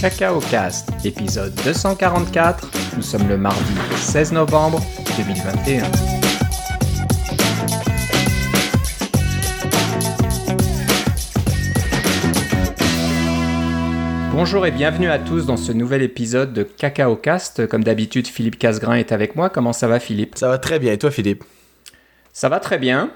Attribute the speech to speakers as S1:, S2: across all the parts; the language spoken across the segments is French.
S1: Cacao Cast, épisode 244. Nous sommes le mardi 16 novembre 2021. Bonjour et bienvenue à tous dans ce nouvel épisode de Cacao Cast. Comme d'habitude, Philippe Casgrain est avec moi. Comment ça va, Philippe?
S2: Ça va très bien. Et toi, Philippe?
S1: Ça va très bien.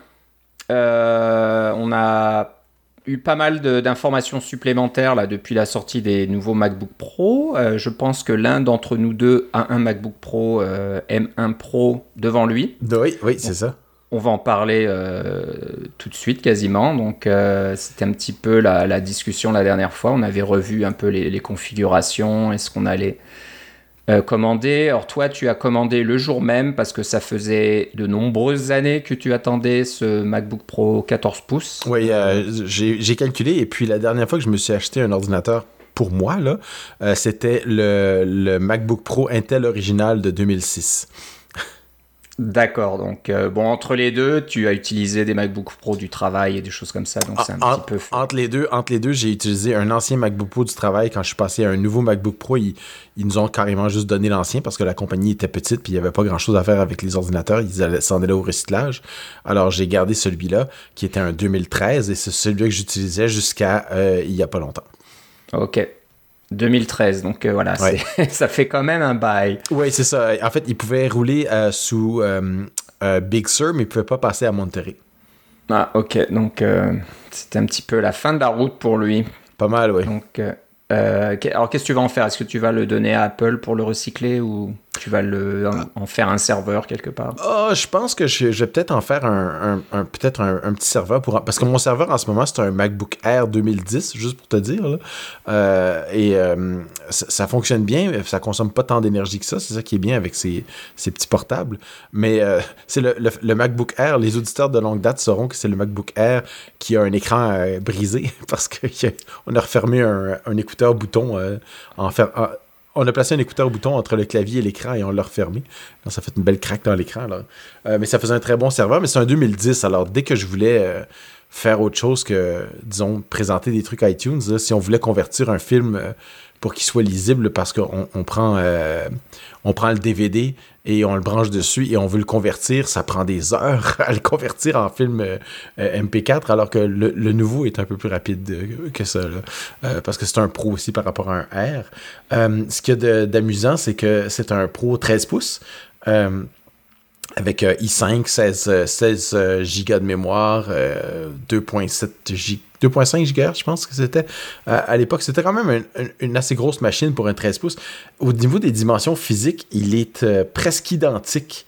S1: On a eu pas mal d'informations supplémentaires là, depuis la sortie des nouveaux MacBook Pro. Je pense que l'un d'entre nous deux a un MacBook Pro M1 Pro devant lui.
S2: Oui, c'est ça.
S1: On va en parler tout de suite quasiment. Donc, c'était un petit peu la discussion la dernière fois. On avait revu un peu les configurations. Est-ce qu'on allait commander? Alors, toi, tu as commandé le jour même parce que ça faisait de nombreuses années que tu attendais ce MacBook Pro 14 pouces.
S2: Oui, j'ai calculé. Et puis, la dernière fois que je me suis acheté un ordinateur pour moi, là, c'était le MacBook Pro Intel original de 2006.
S1: D'accord, donc entre les deux, tu as utilisé des MacBook Pro du travail et des choses comme ça, donc c'est un petit peu...
S2: Entre les deux, j'ai utilisé un ancien MacBook Pro du travail. Quand je suis passé à un nouveau MacBook Pro, ils nous ont carrément juste donné l'ancien parce que la compagnie était petite puis il n'y avait pas grand-chose à faire avec les ordinateurs. Ils s'en allaient au recyclage. Alors, j'ai gardé celui-là qui était un 2013 et c'est celui-là que j'utilisais jusqu'à il n'y a pas longtemps.
S1: OK. 2013, donc voilà, ouais. Ça fait quand même un bail.
S2: Oui, c'est ça. En fait, il pouvait rouler sous Big Sur, mais il ne pouvait pas passer à Monterey.
S1: Ah, ok. Donc, c'était un petit peu la fin de la route pour lui.
S2: Pas mal, oui.
S1: Donc, alors, qu'est-ce que tu vas en faire? Est-ce que tu vas le donner à Apple pour le recycler ou tu vas en faire un serveur quelque part?
S2: Je pense que je vais peut-être en faire un petit serveur parce que mon serveur en ce moment c'est un MacBook Air 2010, juste pour te dire là. Ça fonctionne bien, ça consomme pas tant d'énergie que ça, c'est ça qui est bien avec ces petits portables. Mais c'est le MacBook Air, les auditeurs de longue date sauront que c'est le MacBook Air qui a un écran brisé parce qu'on a refermé un écouteur bouton on a placé un écouteur bouton entre le clavier et l'écran et on l'a refermé. Donc, ça fait une belle craque dans l'écran. Mais ça faisait un très bon serveur, mais c'est un 2010. Alors, dès que je voulais faire autre chose que, disons, présenter des trucs iTunes, là, si on voulait convertir un film pour qu'il soit lisible parce qu'on prend le DVD et on le branche dessus et on veut le convertir, ça prend des heures à le convertir en film MP4, alors que le nouveau est un peu plus rapide que ça, là. Parce que c'est un Pro aussi par rapport à un R. Ce qu'il y a d'amusant, c'est que c'est un Pro 13 pouces, avec i5, 16 gigas de mémoire, 2.5 GHz, je pense que c'était. À l'époque, c'était quand même une assez grosse machine pour un 13 pouces. Au niveau des dimensions physiques, il est presque identique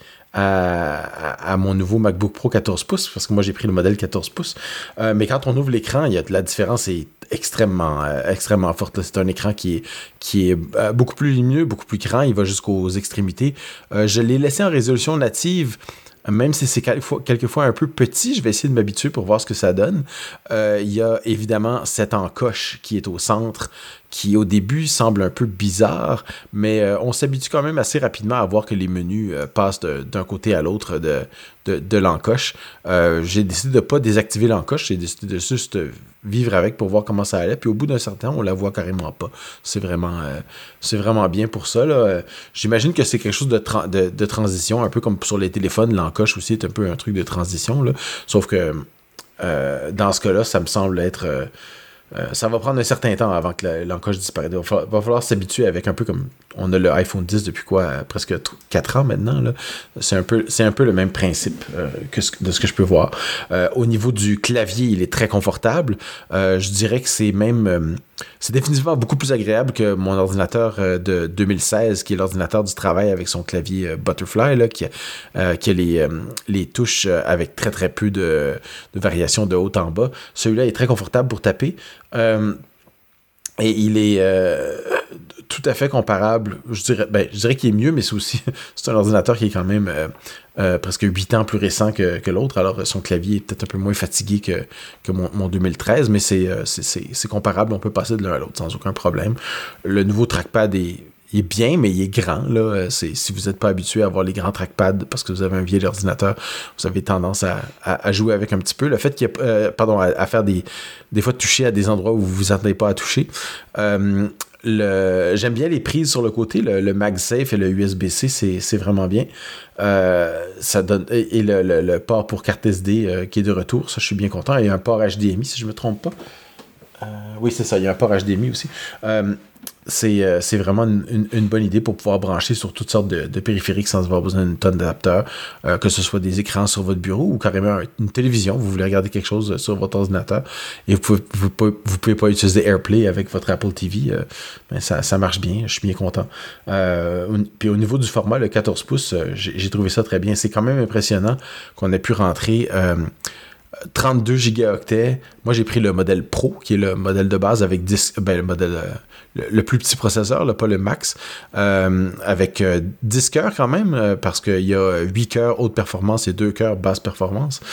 S2: à mon nouveau MacBook Pro 14 pouces, parce que moi, j'ai pris le modèle 14 pouces. Mais quand on ouvre l'écran, la différence est extrêmement forte. Là. C'est un écran qui est beaucoup plus lumineux, beaucoup plus grand. Il va jusqu'aux extrémités. Je l'ai laissé en résolution native. Même si c'est quelquefois un peu petit, je vais essayer de m'habituer pour voir ce que ça donne. Il y a évidemment cette encoche qui est au centre, qui au début semble un peu bizarre, mais on s'habitue quand même assez rapidement à voir que les menus passent d'un côté à l'autre de l'encoche. J'ai décidé de ne pas désactiver l'encoche, j'ai décidé de juste vivre avec pour voir comment ça allait, puis au bout d'un certain temps, on la voit carrément pas. C'est vraiment bien pour ça, là. J'imagine que c'est quelque chose de transition, un peu comme sur les téléphones, l'encoche aussi est un peu un truc de transition, là. Sauf que dans ce cas-là, ça me semble être... ça va prendre un certain temps avant que l'encoche disparaisse. Il va falloir s'habituer avec un peu comme on a le iPhone 10 depuis presque 4 ans maintenant. Là. C'est un peu le même principe de ce que je peux voir. Au niveau du clavier, il est très confortable. Je dirais que c'est même... c'est définitivement beaucoup plus agréable que mon ordinateur de 2016, qui est l'ordinateur du travail avec son clavier Butterfly, là, qui a les touches avec très très peu de variations de haut en bas. Celui-là est très confortable pour taper. Et il est tout à fait comparable. Je dirais qu'il est mieux, mais c'est un ordinateur qui est quand même presque 8 ans plus récent que l'autre. Alors, son clavier est peut-être un peu moins fatigué que mon 2013, mais c'est comparable. On peut passer de l'un à l'autre sans aucun problème. Le nouveau trackpad il est bien, mais il est grand, là. Si vous n'êtes pas habitué à avoir les grands trackpads parce que vous avez un vieil ordinateur, vous avez tendance à jouer avec un petit peu. Le fait qu'il y a, à faire des fois toucher à des endroits où vous vous attendez pas à toucher. J'aime bien les prises sur le côté, le MagSafe et le USB-C, c'est vraiment bien. Ça donne, et le port pour carte SD qui est de retour, ça je suis bien content. Et un port HDMI si je me trompe pas. Oui, c'est ça, il y a un port HDMI aussi. C'est vraiment une bonne idée pour pouvoir brancher sur toutes sortes de périphériques sans avoir besoin d'une tonne d'adapteurs, que ce soit des écrans sur votre bureau ou carrément une télévision. Vous voulez regarder quelque chose sur votre ordinateur et vous pouvez pas utiliser AirPlay avec votre Apple TV. Ben ça marche bien, je suis bien content. Puis au niveau du format, le 14 pouces, j'ai trouvé ça très bien. C'est quand même impressionnant qu'on ait pu rentrer 32 gigaoctets. Moi, j'ai pris le modèle Pro, qui est le modèle de base avec le modèle le plus petit processeur, là, pas le max, avec 10 cœurs quand même, parce qu'il y a 8 cœurs haute performance et 2 cœurs basse performance.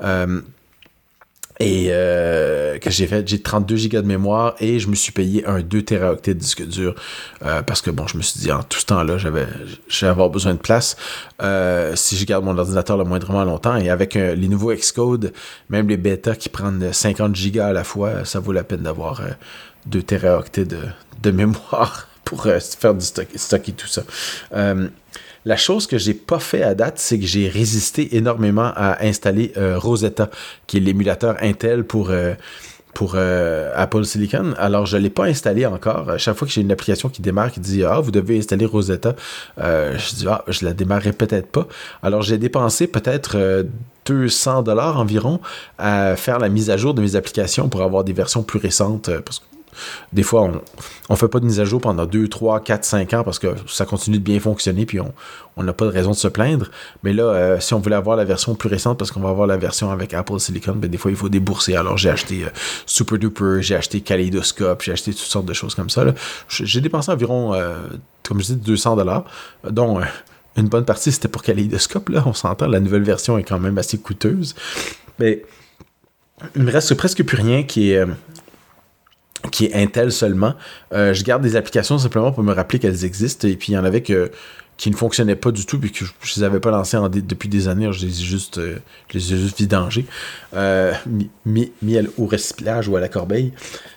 S2: Que j'ai 32 gigas de mémoire et je me suis payé un 2 teraoctets de disque dur parce que bon, je me suis dit en tout ce temps-là, j'allais avoir besoin de place si je garde mon ordinateur le moindrement longtemps, et avec les nouveaux Xcode, même les bêtas qui prennent 50 gigas à la fois, ça vaut la peine d'avoir 2 teraoctets de mémoire pour faire du stocker tout ça. La chose que j'ai pas fait à date, c'est que j'ai résisté énormément à installer Rosetta, qui est l'émulateur Intel pour Apple Silicon. Alors, je l'ai pas installé encore. À chaque fois que j'ai une application qui démarre, qui dit « Ah, vous devez installer Rosetta », je dis « Ah, je la démarrerai peut-être pas ». Alors, j'ai dépensé peut-être $200 environ à faire la mise à jour de mes applications pour avoir des versions plus récentes, parce que des fois, on fait pas de mise à jour pendant 2, 3, 4, 5 ans parce que ça continue de bien fonctionner puis on n'a pas de raison de se plaindre. Mais là, si on voulait avoir la version plus récente parce qu'on va avoir la version avec Apple Silicon, ben des fois, il faut débourser. Alors, j'ai acheté Super Duper, j'ai acheté Kaleidoscope, j'ai acheté toutes sortes de choses comme ça, là. J'ai dépensé environ, comme je dis, $200, dont une bonne partie, c'était pour Kaleidoscope. Là, on s'entend, la nouvelle version est quand même assez coûteuse. Mais il me reste presque plus rien qui est Intel seulement. Je garde des applications simplement pour me rappeler qu'elles existent, et puis il y en avait qui ne fonctionnaient pas du tout puis que je ne les avais pas lancées depuis des années. Je les ai juste vidangées, mis au recyclage ou à la corbeille.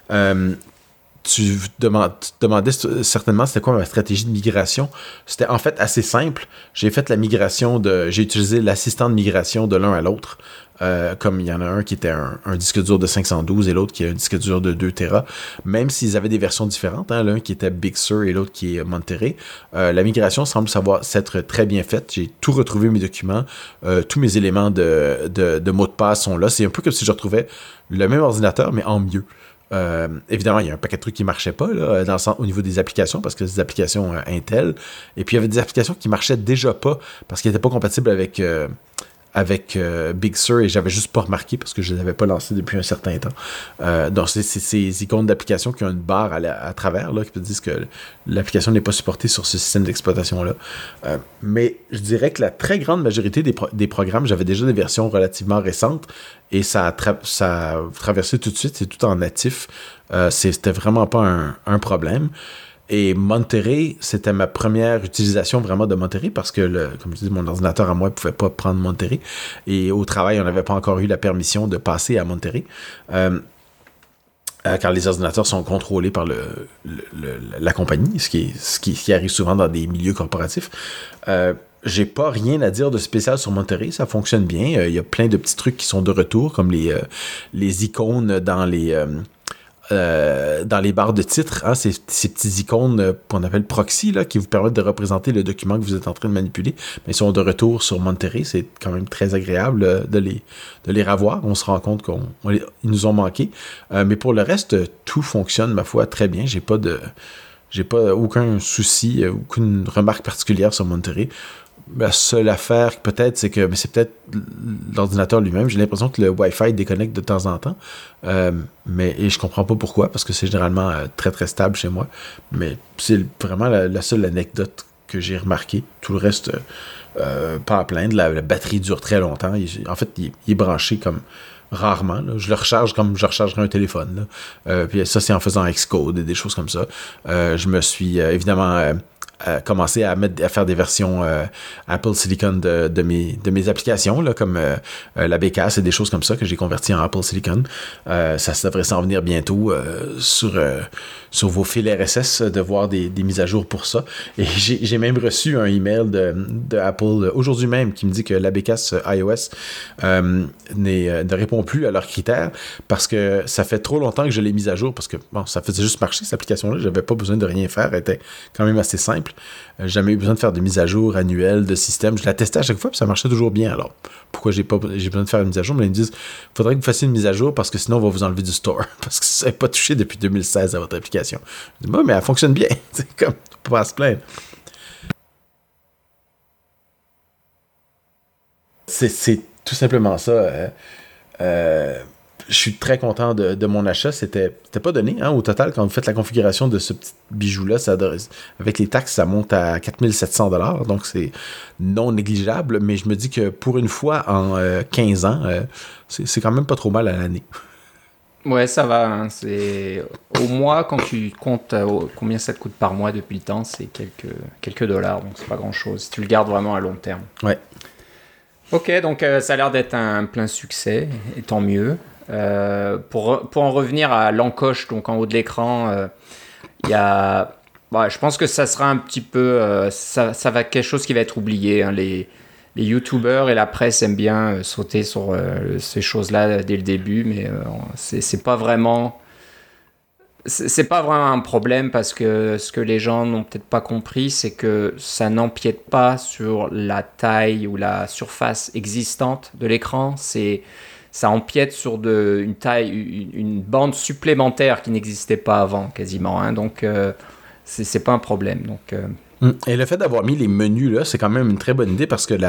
S2: Tu te demandais certainement c'était quoi ma stratégie de migration. C'était en fait assez simple. J'ai utilisé l'assistant de migration de l'un à l'autre. Comme il y en a un qui était un disque dur de 512 et l'autre qui est un disque dur de 2 Tera. Même s'ils avaient des versions différentes, hein, l'un qui était Big Sur et l'autre qui est Monterey, la migration semble s'être très bien faite. J'ai tout retrouvé mes documents, tous mes éléments de mots de passe sont là. C'est un peu comme si je retrouvais le même ordinateur, mais en mieux. Évidemment, il y a un paquet de trucs qui ne marchaient pas là, au niveau des applications, parce que c'est des applications Intel. Et puis, il y avait des applications qui ne marchaient déjà pas parce qu'elles n'étaient pas compatibles avec Big Sur, et j'avais juste pas remarqué parce que je les avais pas lancés depuis un certain temps. Donc, c'est ces icônes d'application qui ont une barre à travers là, qui disent que l'application n'est pas supportée sur ce système d'exploitation-là. Mais je dirais que la très grande majorité des programmes, j'avais déjà des versions relativement récentes et ça a traversé tout de suite, c'est tout en natif. C'était vraiment pas un problème. Et Monterey, c'était ma première utilisation vraiment de Monterey parce que, comme je dis, mon ordinateur à moi ne pouvait pas prendre Monterey. Et au travail, on n'avait pas encore eu la permission de passer à Monterey. Car les ordinateurs sont contrôlés par la compagnie, ce qui arrive souvent dans des milieux corporatifs. J'ai pas rien à dire de spécial sur Monterey, ça fonctionne bien. Il y a plein de petits trucs qui sont de retour, comme les icônes dans les barres de titres, hein, ces petits icônes qu'on appelle proxy, là, qui vous permettent de représenter le document que vous êtes en train de manipuler, mais ils sont de retour sur Monterey. C'est quand même très agréable de les revoir. On se rend compte qu'ils nous ont manqué. Mais pour le reste, tout fonctionne, ma foi, très bien. J'ai pas aucun souci, aucune remarque particulière sur Monterey. La seule affaire peut-être, c'est peut-être l'ordinateur lui-même. J'ai l'impression que le Wi-Fi déconnecte de temps en temps, et je comprends pas pourquoi, parce que c'est généralement très très stable chez moi. Mais c'est vraiment la seule anecdote que j'ai remarquée. Tout le reste, pas à plaindre. La batterie dure très longtemps. En fait, il est branché comme rarement. Là. Je le recharge comme je rechargerais un téléphone. Là. Puis ça, c'est en faisant Xcode et des choses comme ça. Je me suis évidemment commencer à faire des versions Apple Silicon de mes applications, là, comme la BKS et des choses comme ça que j'ai converti en Apple Silicon. Ça devrait s'en venir bientôt sur vos fils RSS, de voir des mises à jour pour ça. Et j'ai même reçu un email de Apple aujourd'hui même qui me dit que l'ABKS iOS ne répond plus à leurs critères parce que ça fait trop longtemps que je l'ai mise à jour, parce que bon, ça faisait juste marcher cette application-là, j'avais pas besoin de rien faire, elle était quand même assez simple. Jamais eu besoin de faire de mise à jour annuelle de système. Je la testais à chaque fois, puis ça marchait toujours bien. Alors, pourquoi j'ai besoin de faire une mise à jour? Mais ils me disent, faudrait que vous fassiez une mise à jour parce que sinon, on va vous enlever du store. Parce que ça n'est pas touché depuis 2016 à votre application. Je dis, mais elle fonctionne bien. C'est comme, on peut pas se plaindre. C'est tout simplement ça. Je suis très content de mon achat. C'était pas donné. Hein, au total, quand vous faites la configuration de ce petit bijou-là, avec les taxes, ça monte à 4700$. Donc, c'est non négligeable. Mais je me dis que pour une fois, en 15 ans, c'est quand même pas trop mal à l'année.
S1: Ouais, ça va. Hein. C'est au mois, quand tu comptes combien ça te coûte par mois depuis le temps, c'est quelques dollars. Donc, c'est pas grand-chose. Si tu le gardes vraiment à long terme.
S2: Ouais.
S1: Ok, donc ça a l'air d'être un plein succès. Et tant mieux. Pour en revenir à l'encoche, donc en haut de l'écran, il y a, je pense que ça sera un petit peu, ça va être quelque chose qui va être oublié. Hein. Les youtubeurs et la presse aiment bien sauter sur ces choses-là dès le début, mais c'est pas vraiment un problème, parce que ce que les gens n'ont peut-être pas compris, c'est que ça n'empiète pas sur la taille ou la surface existante de l'écran. Ça empiète sur une bande supplémentaire qui n'existait pas avant, quasiment. Hein. Donc, c'est pas un problème. Donc,
S2: Et le fait d'avoir mis les menus là, c'est quand même une très bonne idée, parce que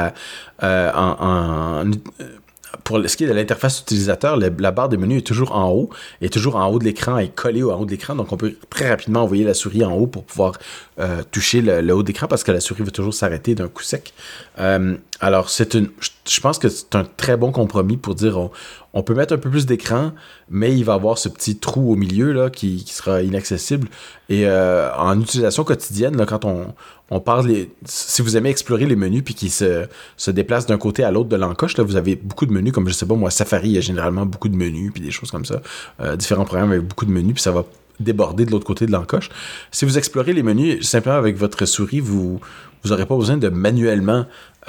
S2: pour ce qui est de l'interface utilisateur, la barre de menu est toujours en haut, de l'écran, est collée en haut de l'écran, donc on peut très rapidement envoyer la souris en haut pour pouvoir toucher le haut de l'écran, parce que la souris va toujours s'arrêter d'un coup sec. Alors, je pense que c'est un très bon compromis pour dire on peut mettre un peu plus d'écran, mais il va avoir ce petit trou au milieu là, qui sera inaccessible. Et en utilisation quotidienne, là, quand on parle, si vous aimez explorer les menus puis qui se déplacent d'un côté à l'autre de l'encoche, là, vous avez beaucoup de menus, comme je sais pas, moi, Safari, il y a généralement beaucoup de menus puis des choses comme ça. Différents programmes avec beaucoup de menus, puis ça va déborder de l'autre côté de l'encoche. Si vous explorez les menus simplement avec votre souris, vous n'aurez pas besoin de manuellement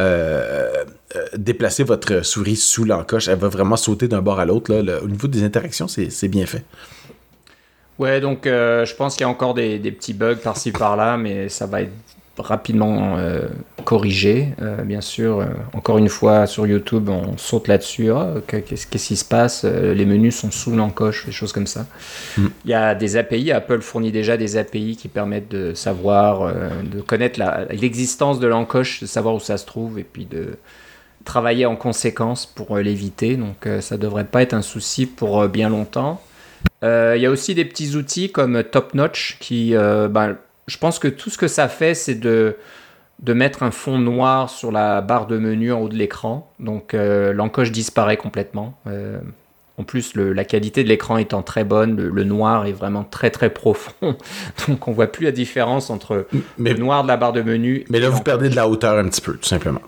S2: déplacer votre souris sous l'encoche. Elle va vraiment sauter d'un bord à l'autre. Là. Au niveau des interactions, c'est bien fait.
S1: Ouais, donc je pense qu'il y a encore des petits bugs par-ci par-là, mais ça va être rapidement corrigé. Bien sûr, encore une fois, sur YouTube, on saute là-dessus. Oh, qu'est-ce qui se passe? Les menus sont sous l'encoche, des choses comme ça. Il y a des API. Apple fournit déjà des API qui permettent de savoir, de connaître l'existence de l'encoche, de savoir où ça se trouve, et puis de travailler en conséquence pour l'éviter. Donc ça ne devrait pas être un souci pour bien longtemps. Il y a aussi des petits outils comme Top Notch qui, je pense que tout ce que ça fait, c'est de mettre un fond noir sur la barre de menu en haut de l'écran. Donc l'encoche disparaît complètement. En plus, la qualité de l'écran étant très bonne, le noir est vraiment très très profond. Donc on voit plus la différence entre le noir de la barre de menu.
S2: Mais là, vous perdez de la hauteur un petit peu, tout simplement.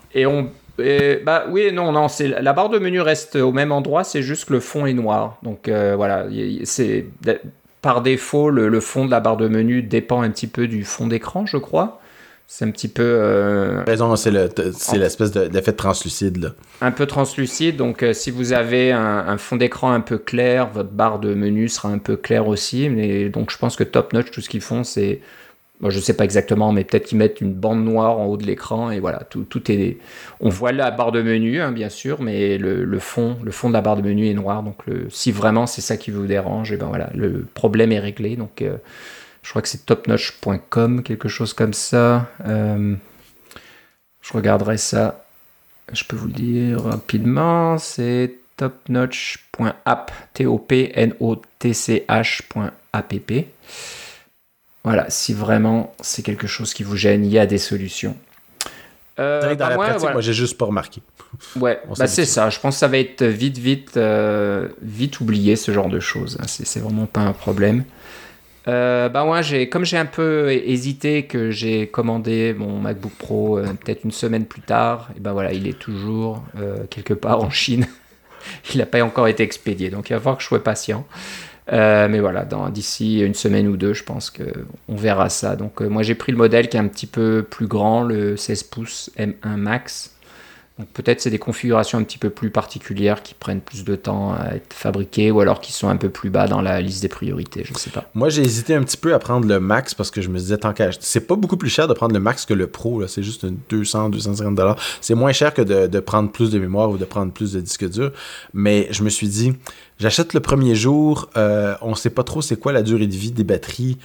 S1: Oui et non, la barre de menu reste au même endroit, c'est juste que le fond est noir. Donc voilà, c'est par défaut, le fond de la barre de menu dépend un petit peu du fond d'écran, je crois. C'est un petit peu...
S2: raison, c'est l'espèce d'effet translucide, là.
S1: Un peu translucide, donc si vous avez un fond d'écran un peu clair, votre barre de menu sera un peu claire aussi. Mais donc je pense que Top Notch, tout ce qu'ils font, c'est... Bon, je sais pas exactement, mais peut-être qu'ils mettent une bande noire en haut de l'écran et voilà, tout est... On voit la barre de menu, hein, bien sûr, mais le fond de la barre de menu est noir. Donc si vraiment c'est ça qui vous dérange, et ben voilà, le problème est réglé. Donc je crois que c'est topnotch.com, quelque chose comme ça. Je regarderai ça. Je peux vous le dire rapidement. C'est topnotch.app, topnotch.app. Voilà, si vraiment c'est quelque chose qui vous gêne, il y a des solutions.
S2: Dans la pratique, moi, j'ai juste pas remarqué.
S1: Ouais, c'est ça. Je pense que ça va être vite oublié, ce genre de choses. C'est vraiment pas un problème. Bah ouais, comme j'ai un peu hésité, que j'ai commandé mon MacBook Pro peut-être une semaine plus tard, et ben voilà, il est toujours quelque part en Chine. Il n'a pas encore été expédié, donc il va falloir que je sois patient. Mais voilà, d'ici une semaine ou deux, je pense qu'on verra ça. Donc moi j'ai pris le modèle qui est un petit peu plus grand, le 16 pouces M1 Max. Donc peut-être c'est des configurations un petit peu plus particulières qui prennent plus de temps à être fabriquées ou alors qui sont un peu plus bas dans la liste des priorités, je ne sais pas.
S2: Moi, j'ai hésité un petit peu à prendre le Max parce que je me disais, tant qu'à acheter, c'est pas beaucoup plus cher de prendre le Max que le Pro, là. C'est juste 200-250$. C'est moins cher que de prendre plus de mémoire ou de prendre plus de disque dur. Mais je me suis dit, j'achète le premier jour, on sait pas trop c'est quoi la durée de vie des batteries,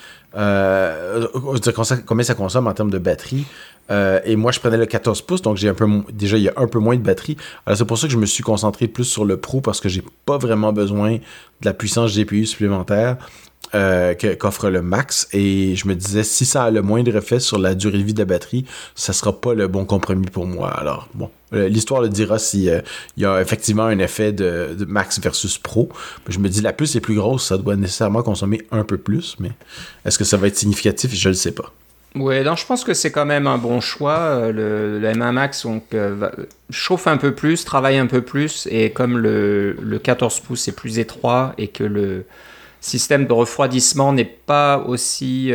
S2: combien ça consomme en termes de batterie. Et moi, je prenais le 14 pouces, donc déjà, il y a un peu moins de batterie. Alors, c'est pour ça que je me suis concentré plus sur le Pro parce que j'ai pas vraiment besoin de la puissance GPU supplémentaire qu'offre le Max. Et je me disais, si ça a le moindre effet sur la durée de vie de la batterie, ça sera pas le bon compromis pour moi. Alors, bon, l'histoire le dira s'il y a effectivement un effet de Max versus Pro. Je me dis, la puce est plus grosse, ça doit nécessairement consommer un peu plus, mais est-ce que ça va être significatif? Je le sais pas.
S1: Ouais, non, je pense que c'est quand même un bon choix. Le M1 Max chauffe un peu plus, travaille un peu plus, et comme le 14 pouces est plus étroit et que le système de refroidissement n'est pas aussi,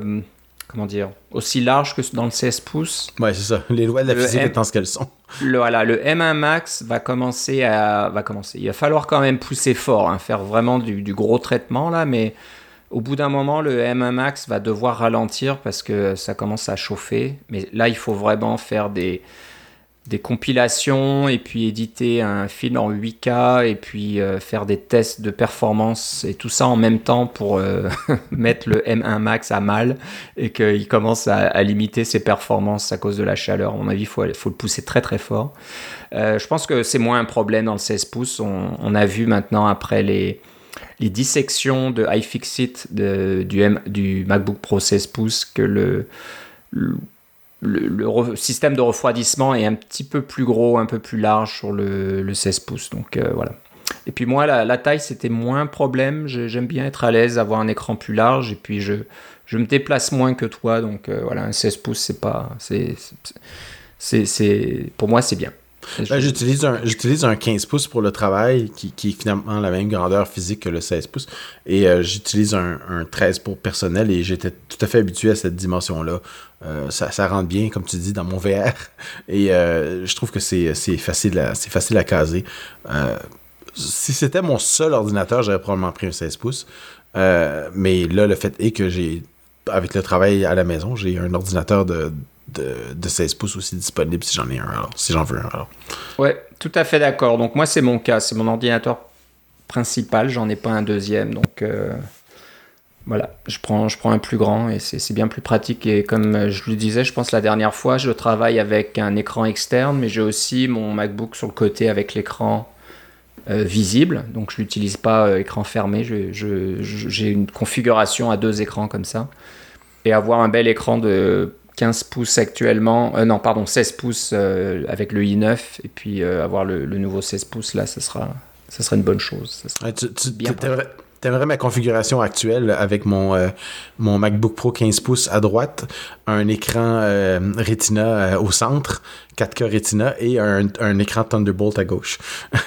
S1: aussi large que dans le 16 pouces.
S2: Ouais, c'est ça. Les lois de la physique étant ce qu'elles sont.
S1: Voilà, le M1 Max va commencer. Il va falloir quand même pousser fort, hein, faire vraiment du gros traitement là, mais au bout d'un moment, le M1 Max va devoir ralentir parce que ça commence à chauffer. Mais là, il faut vraiment faire des compilations et puis éditer un film en 8K et puis faire des tests de performance et tout ça en même temps pour mettre le M1 Max à mal et qu'il commence à limiter ses performances à cause de la chaleur. À mon avis, il faut le pousser très très fort. Je pense que c'est moins un problème dans le 16 pouces. On a vu maintenant après les dissections de iFixit du MacBook Pro 16 pouces que le système de refroidissement est un petit peu plus gros, un peu plus large sur le 16 pouces. Donc voilà. Et puis moi, la taille, c'était moins un problème. J'aime bien être à l'aise, avoir un écran plus large. Et puis je me déplace moins que toi. Donc voilà, un 16 pouces, c'est pas... pour moi, c'est bien.
S2: J'utilise un 15 pouces pour le travail qui est finalement la même grandeur physique que le 16 pouces et j'utilise un 13 pour personnel et j'étais tout à fait habitué à cette dimension-là. Ça rentre bien, comme tu dis, dans mon VR et je trouve que c'est facile à caser. Si c'était mon seul ordinateur, j'aurais probablement pris un 16 pouces. Mais là, le fait est que avec le travail à la maison, j'ai un ordinateur de 16 pouces aussi disponible si j'en ai un, alors, si j'en veux un. Alors.
S1: Ouais, tout à fait d'accord. Donc moi, c'est mon cas. C'est mon ordinateur principal. J'en ai pas un deuxième. Donc voilà, je prends un plus grand et c'est bien plus pratique. Et comme je le disais, je pense la dernière fois, je travaille avec un écran externe, mais j'ai aussi mon MacBook sur le côté avec l'écran visible. Donc je l'utilise pas écran fermé. J'ai une configuration à 2 écrans comme ça. Et avoir un bel écran de 15 pouces actuellement, 16 pouces avec le i9 et puis avoir le nouveau 16 pouces là, ça sera une bonne chose. Ça sera
S2: t'aimerais ma configuration actuelle avec mon MacBook Pro 15 pouces à droite, un écran Retina au centre, 4K Retina et un écran Thunderbolt à gauche.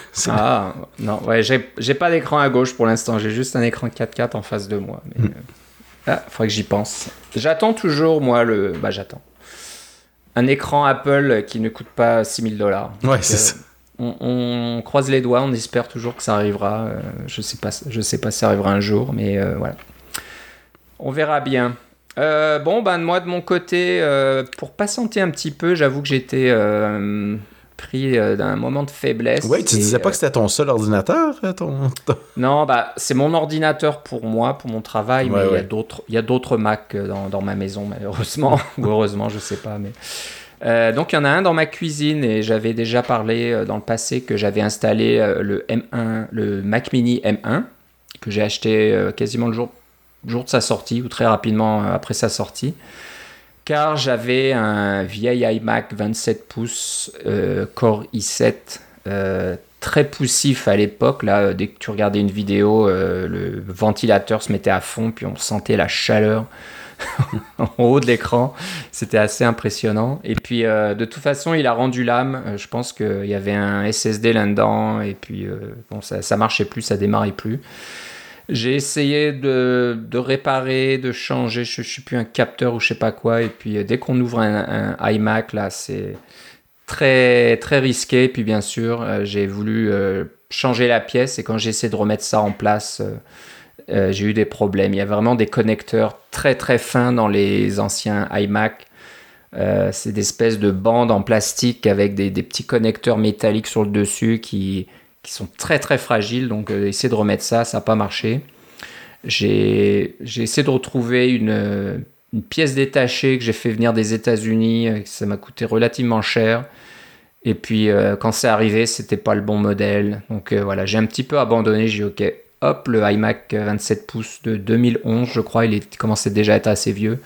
S1: Non, ouais, j'ai pas d'écran à gauche pour l'instant, j'ai juste un écran 4K en face de moi. Mais, faudrait que j'y pense. J'attends toujours, moi, j'attends. Un écran Apple qui ne coûte pas $6,000.
S2: Ouais, c'est ça.
S1: On croise les doigts, on espère toujours que ça arrivera. Je sais pas si ça arrivera un jour, mais voilà. On verra bien. Moi, de mon côté, pour patienter un petit peu, j'avoue que j'étais pris d'un moment de faiblesse.
S2: Oui, tu disais pas que c'était ton seul ordinateur?
S1: Non, c'est mon ordinateur pour moi, pour mon travail, mais il y a d'autres Mac dans ma maison, malheureusement. Ou heureusement, je sais pas. Mais... donc, il y en a un dans ma cuisine et j'avais déjà parlé dans le passé que j'avais installé le Mac Mini M1 que j'ai acheté quasiment le jour de sa sortie ou très rapidement après sa sortie. Car j'avais un vieil iMac 27 pouces Core i7 très poussif à l'époque. Là, dès que tu regardais une vidéo, le ventilateur se mettait à fond, puis on sentait la chaleur en haut de l'écran. C'était assez impressionnant. Et puis, de toute façon, il a rendu l'âme. Je pense qu'il y avait un SSD là-dedans, et puis bon, ça marchait plus, ça démarrait plus. J'ai essayé de réparer, de changer, je ne sais plus, un capteur ou je sais pas quoi. Et puis, dès qu'on ouvre un iMac, là, c'est très, très risqué. Et puis, bien sûr, j'ai voulu changer la pièce. Et quand j'ai essayé de remettre ça en place, j'ai eu des problèmes. Il y a vraiment des connecteurs très, très fins dans les anciens iMac. C'est des espèces de bandes en plastique avec des petits connecteurs métalliques sur le dessus qui sont très très fragiles, donc essayer de remettre ça n'a pas marché. J'ai essayé de retrouver une pièce détachée que j'ai fait venir des États-Unis, ça m'a coûté relativement cher, et puis quand c'est arrivé, c'était pas le bon modèle, donc voilà, j'ai un petit peu abandonné. J'ai dit ok, hop, le iMac 27 pouces de 2011, je crois, il commençait déjà à être assez vieux,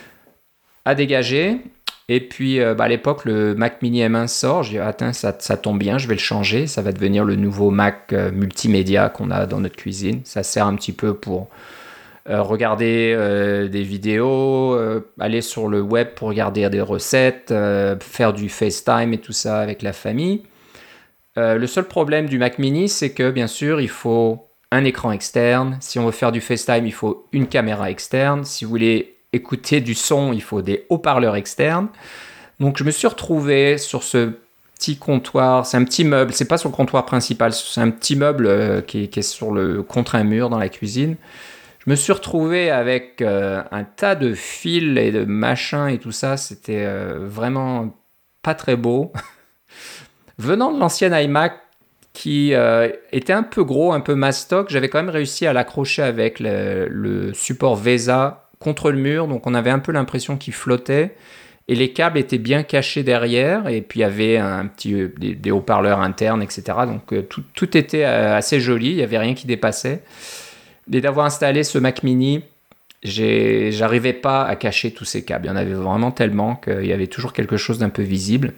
S1: à dégager. Et puis, à l'époque, le Mac Mini M1 sort. J'ai dit, attends, ça tombe bien, je vais le changer. Ça va devenir le nouveau Mac multimédia qu'on a dans notre cuisine. Ça sert un petit peu pour regarder des vidéos, aller sur le web pour regarder des recettes, faire du FaceTime et tout ça avec la famille. Le seul problème du Mac Mini, c'est que, bien sûr, il faut un écran externe. Si on veut faire du FaceTime, il faut une caméra externe. Si vous voulez écouter du son, il faut des haut-parleurs externes. Donc je me suis retrouvé sur ce petit comptoir, c'est un petit meuble, c'est pas sur le comptoir principal, c'est un petit meuble qui est contre un mur dans la cuisine. Je me suis retrouvé avec un tas de fils et de machins et tout ça, c'était vraiment pas très beau. Venant de l'ancienne iMac qui était un peu gros, un peu mastoc, j'avais quand même réussi à l'accrocher avec le support VESA contre le mur, donc on avait un peu l'impression qu'il flottait, et les câbles étaient bien cachés derrière, et puis il y avait des haut-parleurs internes, etc. Donc tout était assez joli, il n'y avait rien qui dépassait. Et d'avoir installé ce Mac Mini, j'arrivais pas à cacher tous ces câbles. Il y en avait vraiment tellement qu'il y avait toujours quelque chose d'un peu visible.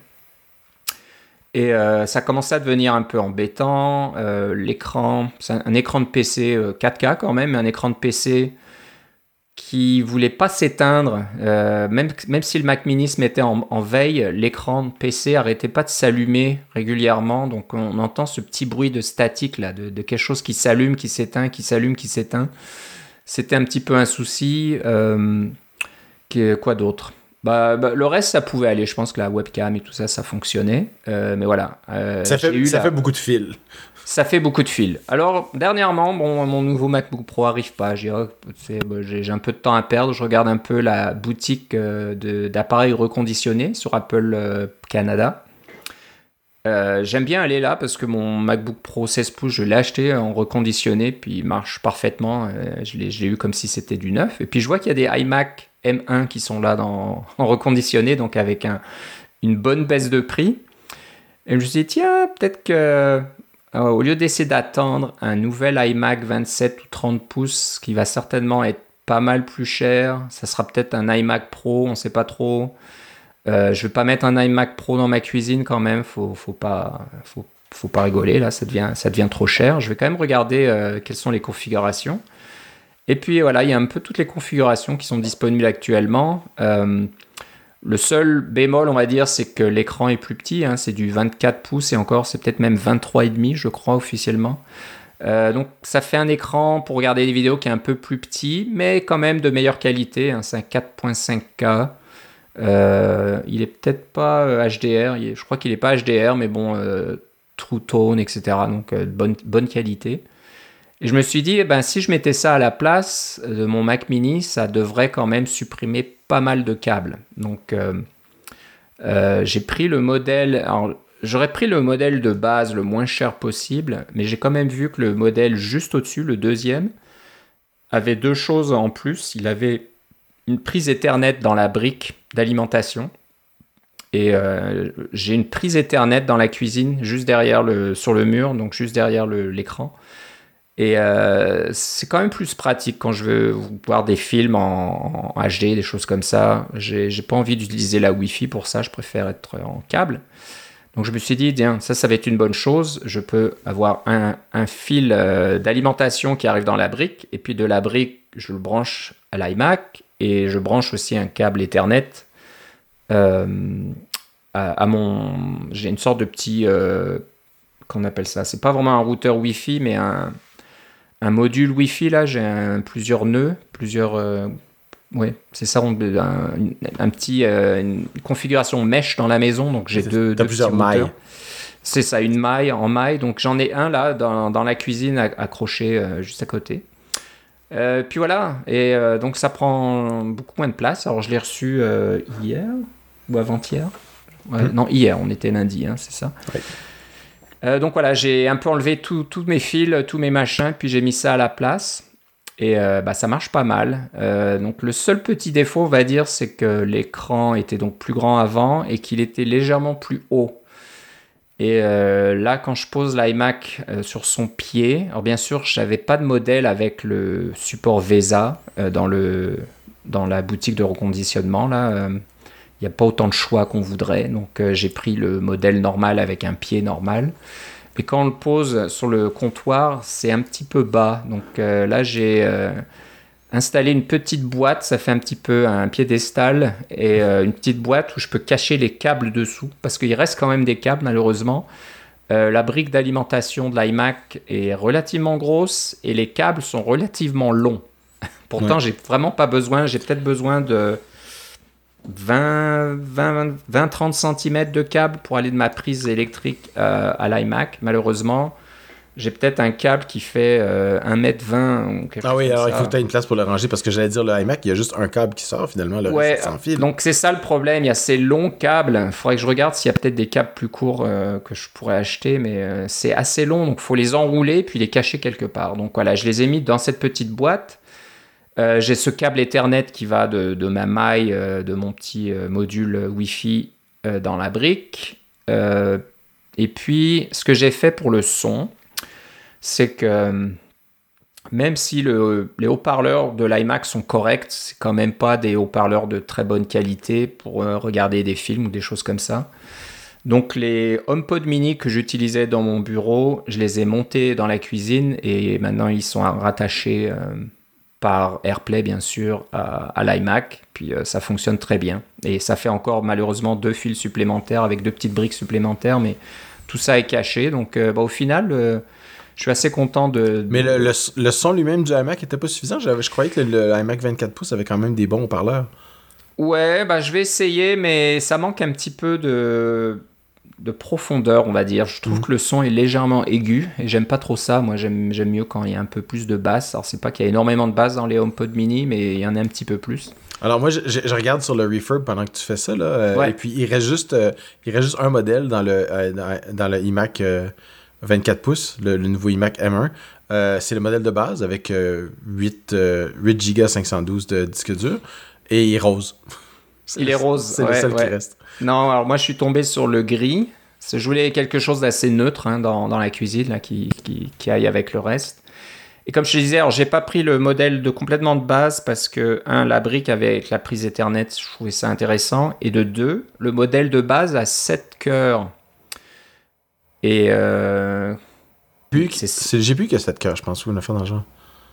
S1: Et ça commençait à devenir un peu embêtant. L'écran, c'est un écran de PC 4K quand même, un écran de PC qui voulait pas s'éteindre, même si le Mac Mini se mettait en veille, l'écran de PC arrêtait pas de s'allumer régulièrement, donc on entend ce petit bruit de statique là, de quelque chose qui s'allume, qui s'éteint, qui s'allume, qui s'éteint. C'était un petit peu un souci. Quoi d'autre? Le reste, ça pouvait aller. Je pense que la webcam et tout ça, ça fonctionnait. Mais voilà.
S2: Ça fait beaucoup de fils.
S1: Ça fait beaucoup de fils. Alors, dernièrement, mon nouveau MacBook Pro arrive pas. J'ai un peu de temps à perdre. Je regarde un peu la boutique d'appareils reconditionnés sur Apple Canada. J'aime bien aller là parce que mon MacBook Pro 16 pouces, je l'ai acheté en reconditionné, puis il marche parfaitement. Je l'ai eu comme si c'était du neuf. Et puis, je vois qu'il y a des iMac M1 qui sont là en reconditionné, donc avec une bonne baisse de prix. Et je me suis dit, tiens, peut-être que au lieu d'essayer d'attendre un nouvel iMac 27 ou 30 pouces qui va certainement être pas mal plus cher, ça sera peut-être un iMac Pro, on ne sait pas trop. Je ne vais pas mettre un iMac Pro dans ma cuisine quand même, faut pas rigoler, là, ça devient trop cher. Je vais quand même regarder quelles sont les configurations. Et puis voilà, il y a un peu toutes les configurations qui sont disponibles actuellement. Le seul bémol, on va dire, c'est que l'écran est plus petit, hein, c'est du 24 pouces et encore, c'est peut-être même 23,5, je crois, officiellement. Donc ça fait un écran pour regarder des vidéos qui est un peu plus petit, mais quand même de meilleure qualité, hein, c'est un 4.5K. Il est peut-être pas HDR, je crois qu'il n'est pas HDR, mais bon, True Tone, etc. Donc bonne qualité. Et je me suis dit, si je mettais ça à la place de mon Mac Mini, ça devrait quand même supprimer pas mal de câbles. Donc, j'ai pris le modèle. Alors, j'aurais pris le modèle de base le moins cher possible, mais j'ai quand même vu que le modèle juste au-dessus, le deuxième, avait deux choses en plus. Il avait une prise Ethernet dans la brique d'alimentation. Et j'ai une prise Ethernet dans la cuisine, juste derrière sur le mur, donc juste derrière l'écran. Et c'est quand même plus pratique quand je veux voir des films en HD, des choses comme ça. J'ai pas envie d'utiliser la Wi-Fi pour ça, je préfère être en câble. Donc je me suis dit, tiens, ça va être une bonne chose. Je peux avoir un fil d'alimentation qui arrive dans la brique, et puis de la brique, je le branche à l'iMac, et je branche aussi un câble Ethernet à mon... J'ai une sorte de petit... qu'on appelle ça. C'est pas vraiment un routeur Wi-Fi, mais un module Wi-Fi, là. J'ai plusieurs nœuds, ouais, c'est ça, un petit, une configuration mesh dans la maison, donc j'ai deux
S2: plusieurs mailles.
S1: C'est ça, une maille en maille, donc j'en ai un là dans la cuisine accroché juste à côté. Puis voilà, et donc ça prend beaucoup moins de place. Alors je l'ai reçu hier ou avant-hier. Ouais, non, hier, on était lundi, hein, c'est ça. Ouais. Donc voilà, j'ai un peu enlevé tous mes fils, tous mes machins, puis j'ai mis ça à la place. Et ça marche pas mal. Donc le seul petit défaut, on va dire, c'est que l'écran était donc plus grand avant et qu'il était légèrement plus haut. Et là, quand je pose l'iMac sur son pied, alors bien sûr, je n'avais pas de modèle avec le support VESA dans la boutique de reconditionnement. Là, il n'y a pas autant de choix qu'on voudrait. Donc j'ai pris le modèle normal avec un pied normal. Et quand on le pose sur le comptoir, c'est un petit peu bas. Donc là, j'ai installé une petite boîte. Ça fait un petit peu un piédestal et une petite boîte où je peux cacher les câbles dessous. Parce qu'il reste quand même des câbles, malheureusement. La brique d'alimentation de l'iMac est relativement grosse et les câbles sont relativement longs. Pourtant, j'ai vraiment pas besoin. J'ai peut-être besoin de 20-30 cm de câble pour aller de ma prise électrique à l'iMac. Malheureusement, j'ai peut-être un câble qui fait 1m20 ou quelque chose
S2: oui,
S1: comme
S2: alors
S1: ça.
S2: il faut que tu aies une place pour le ranger parce que j'allais dire, le iMac, il y a juste un câble qui sort finalement, le reste sans fil.
S1: Donc c'est ça le problème, il y a ces longs câbles. Il faudrait que je regarde s'il y a peut-être des câbles plus courts que je pourrais acheter, mais c'est assez long, donc il faut les enrouler puis les cacher quelque part. Donc voilà, je les ai mis dans cette petite boîte. J'ai ce câble Ethernet qui va de ma maille, de mon petit module Wi-Fi dans la brique. Et puis, ce que j'ai fait pour le son, c'est que même si les haut-parleurs de l'iMac sont corrects, c'est quand même pas des haut-parleurs de très bonne qualité pour regarder des films ou des choses comme ça. Donc les HomePod mini que j'utilisais dans mon bureau, je les ai montés dans la cuisine et maintenant ils sont rattachés par AirPlay bien sûr à l'iMac, puis ça fonctionne très bien et ça fait encore malheureusement 2 fils supplémentaires avec 2 petites briques supplémentaires, mais tout ça est caché, donc au final je suis assez content de...
S2: Mais le son lui-même du iMac était pas suffisant. Je croyais que le iMac 24 pouces avait quand même des bons haut-parleurs.
S1: Ouais, je vais essayer, mais ça manque un petit peu de profondeur, on va dire. Je trouve que le son est légèrement aigu et j'aime pas trop ça. Moi, j'aime mieux quand il y a un peu plus de basse. Alors, c'est pas qu'il y a énormément de basse dans les HomePod mini, mais il y en a un petit peu plus.
S2: Alors, moi, je regarde sur le Refurb pendant que tu fais ça, là, et puis il reste juste un modèle dans le iMac 24 pouces, le nouveau iMac M1. C'est le modèle de base avec 8 Go 512 de disque dur et il est rose.
S1: Il est rose.
S2: C'est le seul qui reste.
S1: Non, alors moi je suis tombé sur le gris. Je voulais quelque chose d'assez neutre dans la cuisine là, qui aille avec le reste. Et comme je te disais, alors j'ai pas pris le modèle complètement de base parce que, la brique avec la prise Ethernet, je trouvais ça intéressant. Et de 2, le modèle de base a 7 cœurs. Et
S2: j'ai plus que 7 cœurs, je pense, ou une affaire dans le genre.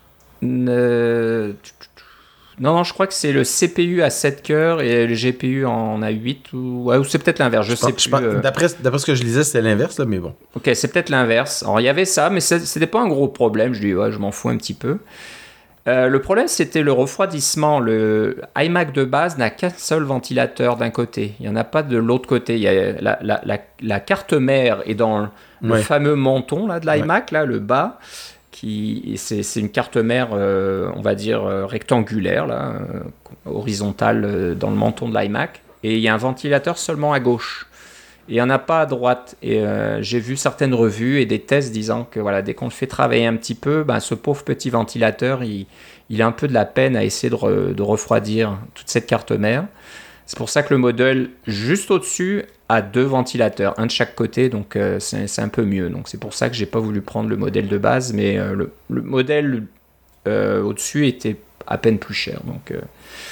S1: Non, je crois que c'est le CPU à 7 cœurs et le GPU en a 8 ou c'est peut-être l'inverse, je sais plus.
S2: D'après ce que je lisais, c'était l'inverse, là, mais bon.
S1: Ok, c'est peut-être l'inverse. Alors, il y avait ça, mais c'était pas un gros problème. Je dis, je m'en fous un petit peu. Le problème, c'était le refroidissement. Le iMac de base n'a qu'un seul ventilateur d'un côté. Il n'y en a pas de l'autre côté. Il y a la carte mère est dans le fameux menton là, de l'iMac, là, le bas. C'est une carte mère, on va dire, rectangulaire, là, horizontale dans le menton de l'iMac. Et il y a un ventilateur seulement à gauche. Et il n'y en a pas à droite. Et j'ai vu certaines revues et des tests disant que voilà, dès qu'on le fait travailler un petit peu, ce pauvre petit ventilateur, il a un peu de la peine à essayer de refroidir toute cette carte mère. C'est pour ça que le modèle juste au-dessus a 2 ventilateurs, un de chaque côté, donc c'est un peu mieux. Donc c'est pour ça que j'ai pas voulu prendre le modèle de base, mais le modèle au-dessus était à peine plus cher. Donc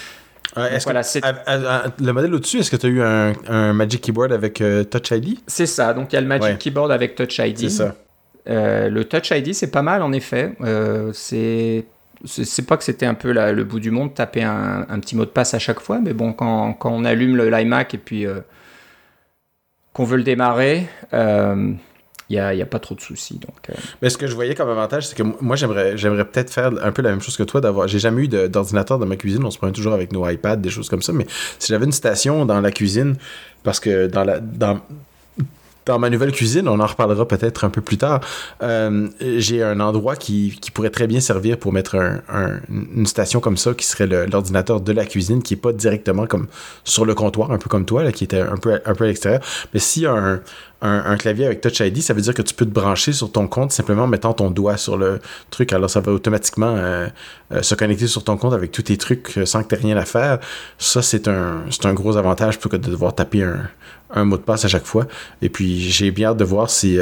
S1: Voilà,
S2: le modèle au-dessus, est-ce que tu as eu un Magic Keyboard avec Touch ID?
S1: C'est ça, donc il y a le Magic Keyboard avec Touch ID.
S2: C'est ça.
S1: Le Touch ID, c'est pas mal en effet. C'est pas que c'était un peu le bout du monde, taper un petit mot de passe à chaque fois, mais bon, quand on allume l'iMac et puis qu'on veut le démarrer, il n'y a pas trop de soucis.
S2: Mais ce que je voyais comme avantage, c'est que moi, j'aimerais peut-être faire un peu la même chose que toi. J'ai jamais eu d'ordinateur dans ma cuisine. On se promène toujours avec nos iPads, des choses comme ça. Mais si j'avais une station dans la cuisine, parce que dans ma nouvelle cuisine, on en reparlera peut-être un peu plus tard, j'ai un endroit qui pourrait très bien servir pour mettre une station comme ça, qui serait l'ordinateur de la cuisine, qui n'est pas directement comme sur le comptoir, un peu comme toi, là, qui était un peu à l'extérieur. Mais s'il y a un clavier avec Touch ID, ça veut dire que tu peux te brancher sur ton compte simplement en mettant ton doigt sur le truc. Alors, ça va automatiquement se connecter sur ton compte avec tous tes trucs sans que tu aies rien à faire. Ça, c'est un gros avantage plutôt que de devoir taper un mot de passe à chaque fois. Et puis, j'ai bien hâte de voir si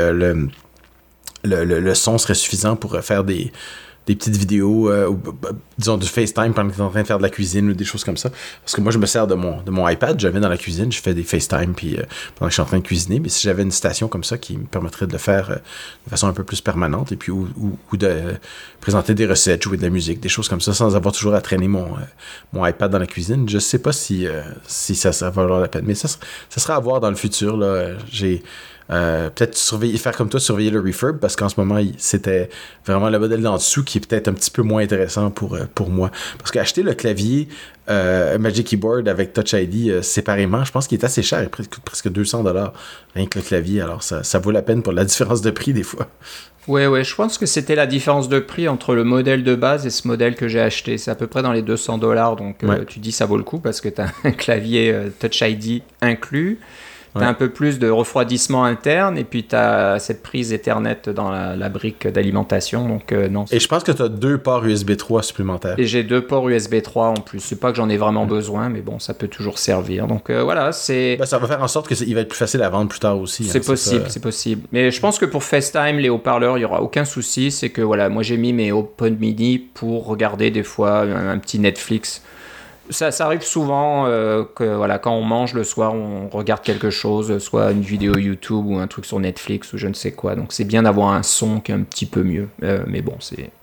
S2: le son serait suffisant pour faire des petites vidéos, disons du FaceTime pendant que tu es en train de faire de la cuisine ou des choses comme ça. Parce que moi, je me sers de mon iPad, j'avais dans la cuisine, je fais des FaceTime puis, pendant que je suis en train de cuisiner. Mais si j'avais une station comme ça qui me permettrait de le faire de façon un peu plus permanente et puis ou de présenter des recettes, jouer de la musique, des choses comme ça, sans avoir toujours à traîner mon iPad dans la cuisine, je sais pas si ça va valoir la peine. Mais ça sera à voir dans le futur. Là. Peut-être faire comme toi, surveiller le refurb, parce qu'en ce moment, c'était vraiment le modèle d'en dessous qui est peut-être un petit peu moins intéressant pour moi. Parce qu'acheter le clavier Magic Keyboard avec Touch ID séparément, je pense qu'il est assez cher, il coûte presque $200 rien que le clavier, alors ça vaut la peine pour la différence de prix des fois.
S1: Ouais, je pense que c'était la différence de prix entre le modèle de base et ce modèle que j'ai acheté. C'est à peu près dans les $200, donc tu dis ça vaut le coup parce que tu as un clavier Touch ID inclus. T'as un peu plus de refroidissement interne et puis t'as cette prise Ethernet dans la brique d'alimentation. Donc, non.
S2: Et je pense que t'as 2 ports USB 3 supplémentaires.
S1: Et j'ai 2 ports USB 3 en plus. C'est pas que j'en ai vraiment besoin, mais bon, ça peut toujours servir. Donc voilà, c'est...
S2: ça va faire en sorte qu'il va être plus facile à vendre plus tard aussi.
S1: C'est possible. Mais je pense que pour FaceTime, les haut-parleurs, il n'y aura aucun souci. C'est que voilà, moi j'ai mis mes HomePod mini pour regarder des fois un petit Netflix. Ça arrive souvent que voilà, quand on mange le soir, on regarde quelque chose, soit une vidéo YouTube ou un truc sur Netflix ou je ne sais quoi. Donc c'est bien d'avoir un son qui est un petit peu mieux. Mais bon,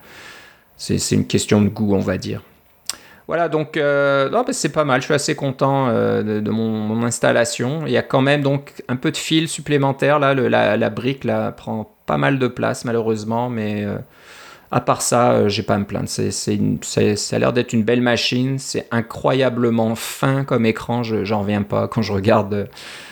S1: c'est une question de goût, on va dire. Voilà, donc c'est pas mal. Je suis assez content de mon installation. Il y a quand même donc un peu de fil supplémentaire. Là, la brique là, prend pas mal de place malheureusement, mais... à part ça, j'ai pas à me plaindre. Ça a l'air d'être une belle machine. C'est incroyablement fin comme écran. J'en reviens pas quand je regarde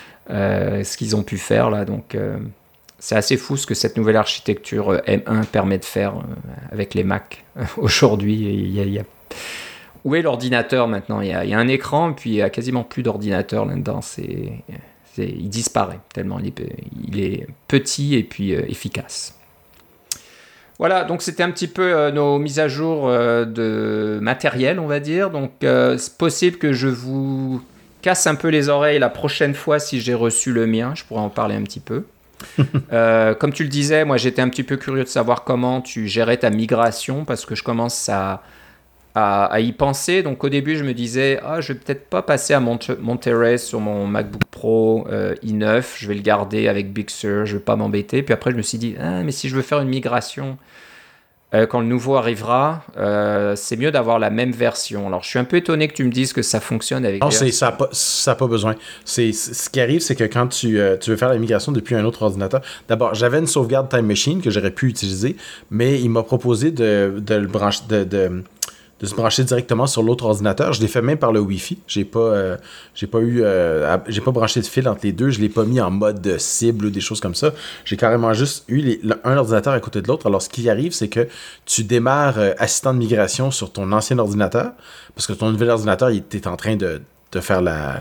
S1: ce qu'ils ont pu faire là. Donc, c'est assez fou ce que cette nouvelle architecture M1 permet de faire avec les Mac aujourd'hui. Où est l'ordinateur maintenant ? Il y a un écran et puis il y a quasiment plus d'ordinateur là-dedans. Il disparaît tellement il est petit et puis efficace. Voilà, donc c'était un petit peu nos mises à jour de matériel, on va dire. Donc, c'est possible que je vous casse un peu les oreilles la prochaine fois si j'ai reçu le mien. Je pourrais en parler un petit peu. Comme tu le disais, moi, j'étais un petit peu curieux de savoir comment tu gérais ta migration parce que je commence à y penser. Donc, au début, je me disais, je vais peut-être pas passer à Monterey sur mon MacBook Pro i9. Je vais le garder avec Big Sur. Je vais pas m'embêter. Puis après, je me suis dit, mais si je veux faire une migration quand le nouveau arrivera, c'est mieux d'avoir la même version. Alors, je suis un peu étonné que tu me dises que ça fonctionne avec...
S2: Non, ça n'a pas besoin. Ce qui arrive, c'est que quand tu veux faire la migration depuis un autre ordinateur, d'abord, j'avais une sauvegarde Time Machine que j'aurais pu utiliser, mais il m'a proposé de le brancher... de se brancher directement sur l'autre ordinateur. Je l'ai fait même par le Wi-Fi. J'ai pas branché de fil entre les deux. Je l'ai pas mis en mode cible ou des choses comme ça. J'ai carrément juste eu un ordinateur à côté de l'autre. Alors, ce qui arrive, c'est que tu démarres assistant de migration sur ton ancien ordinateur parce que ton nouvel ordinateur, il est en train de faire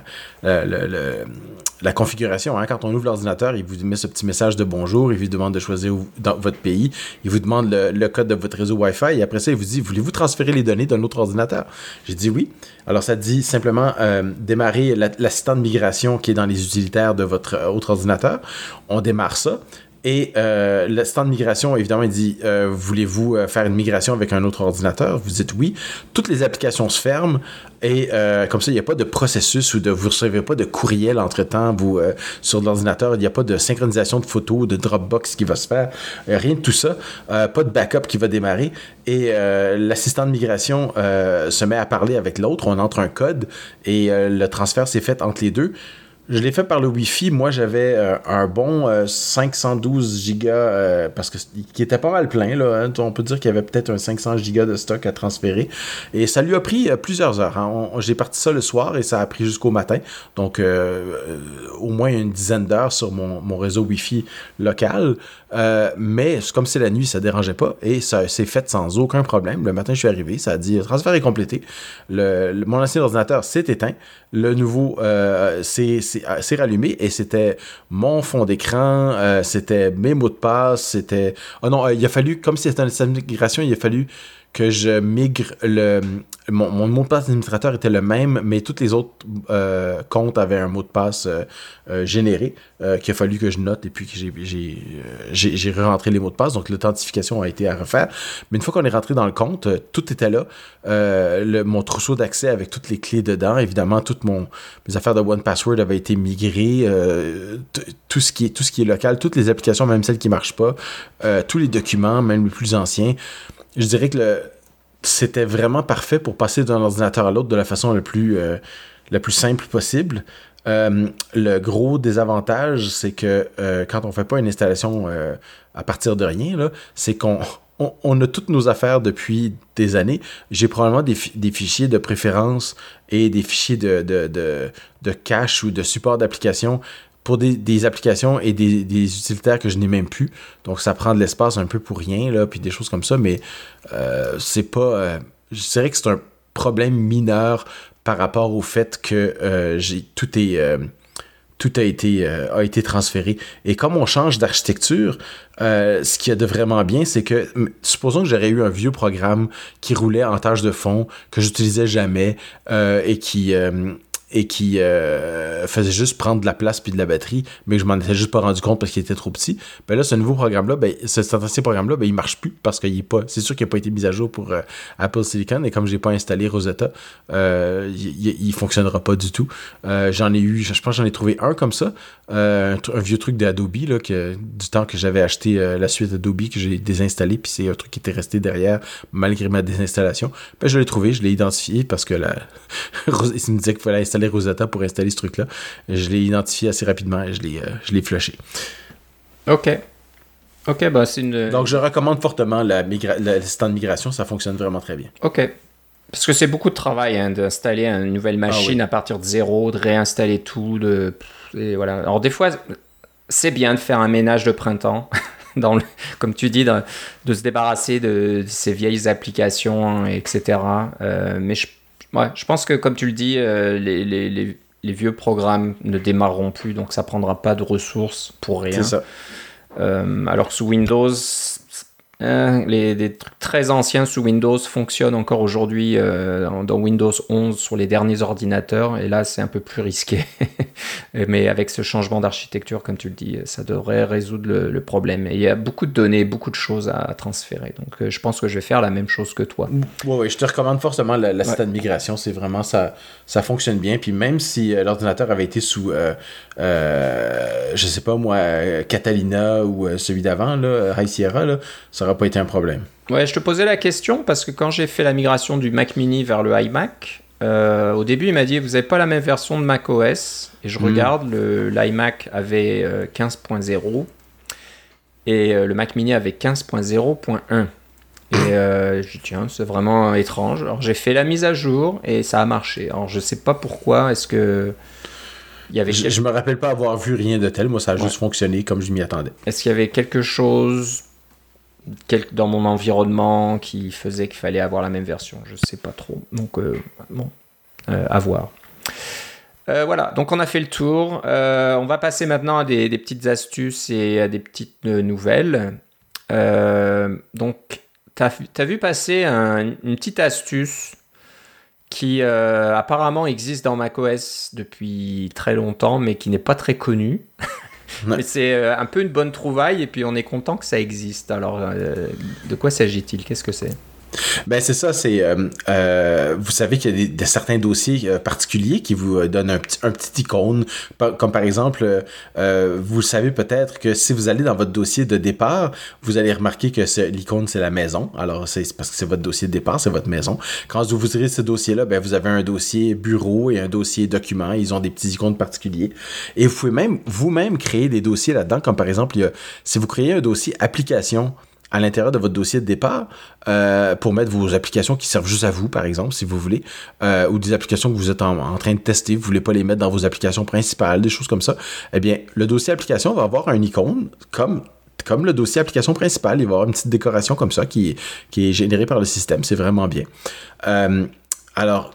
S2: la configuration. Hein. Quand on ouvre l'ordinateur, il vous met ce petit message de bonjour, il vous demande de choisir dans votre pays, il vous demande le code de votre réseau Wi-Fi et après ça, il vous dit, voulez-vous transférer les données d'un autre ordinateur? J'ai dit oui. Alors, ça dit simplement démarrer l'assistant de migration qui est dans les utilitaires de votre autre ordinateur. On démarre ça. Et l'assistant de migration, évidemment, il dit voulez-vous faire une migration avec un autre ordinateur? Vous dites oui. Toutes les applications se ferment et comme ça, il n'y a pas de processus ou vous ne recevez pas de courriel entre-temps sur l'ordinateur. Il n'y a pas de synchronisation de photos, de Dropbox qui va se faire. Rien de tout ça. Pas de backup qui va démarrer. Et l'assistant de migration se met à parler avec l'autre. On entre un code et le transfert s'est fait entre les deux. Je l'ai fait par le Wi-Fi. Moi, j'avais un bon 512 gigas, parce que qui était pas mal plein, là. Hein. On peut dire qu'il y avait peut-être un 500 gigas de stock à transférer. Et ça lui a pris plusieurs heures. Hein. J'ai parti ça le soir et ça a pris jusqu'au matin. Donc, au moins une dizaine d'heures sur mon réseau Wi-Fi local. Mais comme c'est la nuit, ça dérangeait pas. Et ça s'est fait sans aucun problème. Le matin, je suis arrivé. Ça a dit « Transfert est complété ». Mon ancien ordinateur s'est éteint. Le nouveau s'est rallumé et c'était mon fond d'écran, c'était mes mots de passe, c'était... Oh non, il a fallu, comme si c'était une migration, il a fallu que je migre mon mot de passe d'administrateur était le même, mais tous les autres comptes avaient un mot de passe généré qu'il a fallu que je note et puis que j'ai re-rentré les mots de passe. Donc, l'authentification a été à refaire. Mais une fois qu'on est rentré dans le compte, tout était là. Mon trousseau d'accès avec toutes les clés dedans. Évidemment, toutes mes affaires de OnePassword avaient été migrées. Tout ce qui est local, toutes les applications, même celles qui ne marchent pas, tous les documents, même les plus anciens. Je dirais que c'était vraiment parfait pour passer d'un ordinateur à l'autre de la façon la plus simple possible. Le gros désavantage, c'est que quand on ne fait pas une installation à partir de rien, là, c'est qu'on a toutes nos affaires depuis des années. J'ai probablement des fichiers de préférence et des fichiers de cache ou de support d'application pour des applications et des utilitaires que je n'ai même plus. Donc, ça prend de l'espace un peu pour rien, là, puis des choses comme ça, mais c'est pas... je dirais que c'est un problème mineur par rapport au fait que tout a été transféré. Et comme on change d'architecture, ce qu'il y a de vraiment bien, c'est que, supposons que j'aurais eu un vieux programme qui roulait en tâche de fond, que j'utilisais jamais, et qui faisait juste prendre de la place puis de la batterie, mais je m'en étais juste pas rendu compte parce qu'il était trop petit. Ben là, ce nouveau programme-là, cet ancien programme-là, il marche plus parce c'est sûr qu'il n'a pas été mis à jour pour Apple Silicon, et comme j'ai pas installé Rosetta, il fonctionnera pas du tout. Je pense que j'en ai trouvé un comme ça, un vieux truc d'Adobe, là, du temps que j'avais acheté la suite Adobe, que j'ai désinstallé, puis c'est un truc qui était resté derrière malgré ma désinstallation. Ben, je l'ai trouvé, je l'ai identifié parce que il me disait qu'il fallait installer Rosetta pour installer ce truc-là. Je l'ai identifié assez rapidement et je l'ai flushé.
S1: OK, bah c'est une...
S2: Donc, je recommande fortement l'assistant de migration. Ça fonctionne vraiment très bien.
S1: OK. Parce que c'est beaucoup de travail, hein, d'installer une nouvelle machine à partir de zéro, de réinstaller tout. Et voilà. Alors, des fois, c'est bien de faire un ménage de printemps. Comme tu dis, de se débarrasser de ces vieilles applications, etc. Mais je pense que, comme tu le dis, les vieux programmes ne démarreront plus, donc ça ne prendra pas de ressources pour rien.
S2: C'est ça.
S1: Alors que sous Windows, des trucs très anciens sous Windows fonctionnent encore aujourd'hui dans Windows 11 sur les derniers ordinateurs, et là c'est un peu plus risqué. Mais avec ce changement d'architecture, comme tu le dis, ça devrait résoudre le problème. Et il y a beaucoup de données, beaucoup de choses à transférer, donc je pense que je vais faire la même chose que toi.
S2: Oui, je te recommande forcément l'assistant de migration. C'est vraiment ça fonctionne bien. Puis même si l'ordinateur avait été sous je sais pas moi, Catalina ou celui d'avant, là, High Sierra, là, ça n'aurait pas été un problème.
S1: Ouais, je te posais la question parce que quand j'ai fait la migration du Mac Mini vers le iMac, au début il m'a dit vous n'avez pas la même version de macOS, et je regarde, l'iMac avait 15.0 et le Mac Mini avait 15.0.1. Et je dis tiens, c'est vraiment étrange. Alors j'ai fait la mise à jour et ça a marché. Alors je sais pas pourquoi, est-ce que...
S2: Je me rappelle pas avoir vu rien de tel. Moi, ça a juste fonctionné comme je m'y attendais.
S1: Est-ce qu'il y avait quelque chose dans mon environnement qui faisait qu'il fallait avoir la même version? Je sais pas trop. Donc, à voir. Voilà, donc on a fait le tour. On va passer maintenant à des petites astuces et à des petites nouvelles. Donc, t'as vu passer une petite astuce qui apparemment existe dans macOS depuis très longtemps, mais qui n'est pas très connue.
S2: Ouais.
S1: Mais c'est un peu une bonne trouvaille et puis on est content que ça existe. Alors, de quoi s'agit-il? Qu'est-ce que c'est?
S2: Ben c'est ça, vous savez qu'il y a certains dossiers particuliers qui vous donnent un petit icône, comme par exemple, vous savez peut-être que si vous allez dans votre dossier de départ, vous allez remarquer que l'icône c'est la maison. Alors c'est parce que c'est votre dossier de départ, c'est votre maison. Quand vous ouvrez ce dossier-là, ben vous avez un dossier bureau et un dossier document. Ils ont des petits icônes particuliers et vous pouvez même vous-même créer des dossiers là-dedans, comme par exemple, si vous créez un dossier application à l'intérieur de votre dossier de départ pour mettre vos applications qui servent juste à vous, par exemple, si vous voulez, ou des applications que vous êtes en train de tester, vous voulez pas les mettre dans vos applications principales, des choses comme ça, eh bien, le dossier application va avoir un icône comme le dossier application principal. Il va avoir une petite décoration comme ça qui est générée par le système. C'est vraiment bien. Alors,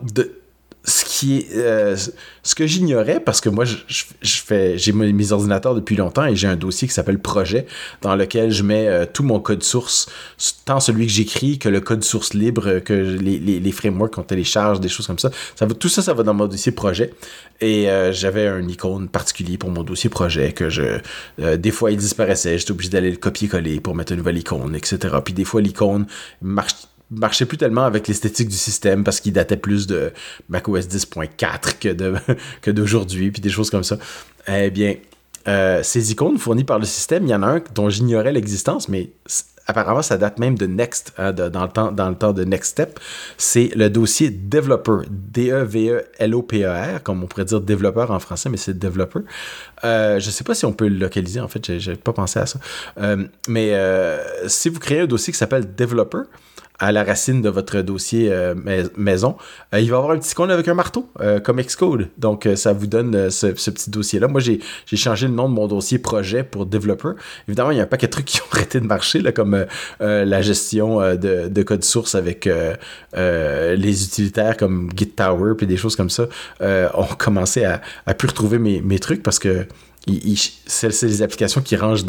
S2: ce que j'ignorais, parce que moi, j'ai mes ordinateurs depuis longtemps et j'ai un dossier qui s'appelle Projet, dans lequel je mets tout mon code source, tant celui que j'écris que le code source libre, que les frameworks qu'on télécharge, des choses comme ça. Tout ça va dans mon dossier Projet. Et j'avais un icône particulier pour mon dossier Projet que des fois, il disparaissait. J'étais obligé d'aller le copier-coller pour mettre une nouvelle icône, etc. Puis des fois, l'icône marchait plus tellement avec l'esthétique du système parce qu'il datait plus de macOS 10.4 que d'aujourd'hui, puis des choses comme ça. Eh bien, ces icônes fournies par le système, il y en a un dont j'ignorais l'existence, mais apparemment, ça date même de Next, dans le temps de Next Step. C'est le dossier Developer, D-E-V-E-L-O-P-E-R, comme on pourrait dire développeur en français, mais c'est Developer. Je sais pas si on peut le localiser, en fait, j'avais pas pensé à ça. Mais si vous créez un dossier qui s'appelle Developer, à la racine de votre dossier maison, il va y avoir un petit icône avec un marteau, comme Xcode. Donc, ça vous donne ce petit dossier-là. Moi, j'ai changé le nom de mon dossier projet pour Developer. Évidemment, il y a un paquet de trucs qui ont arrêté de marcher, là, comme la gestion de code source avec les utilitaires comme GitTower puis des choses comme ça. On commencé à plus retrouver mes trucs parce que c'est des applications qui rangent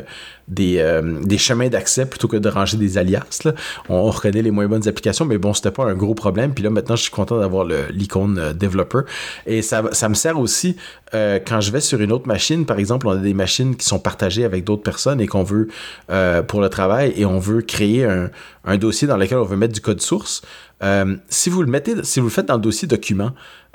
S2: des chemins d'accès plutôt que de ranger des alias. Là. On reconnaît les moins bonnes applications, mais bon, c'était pas un gros problème. Puis là, maintenant, je suis content d'avoir l'icône Developer. Et ça me sert aussi quand je vais sur une autre machine. Par exemple, on a des machines qui sont partagées avec d'autres personnes et qu'on veut, pour le travail, et on veut créer un dossier dans lequel on veut mettre du code source. Si vous le faites dans le dossier document,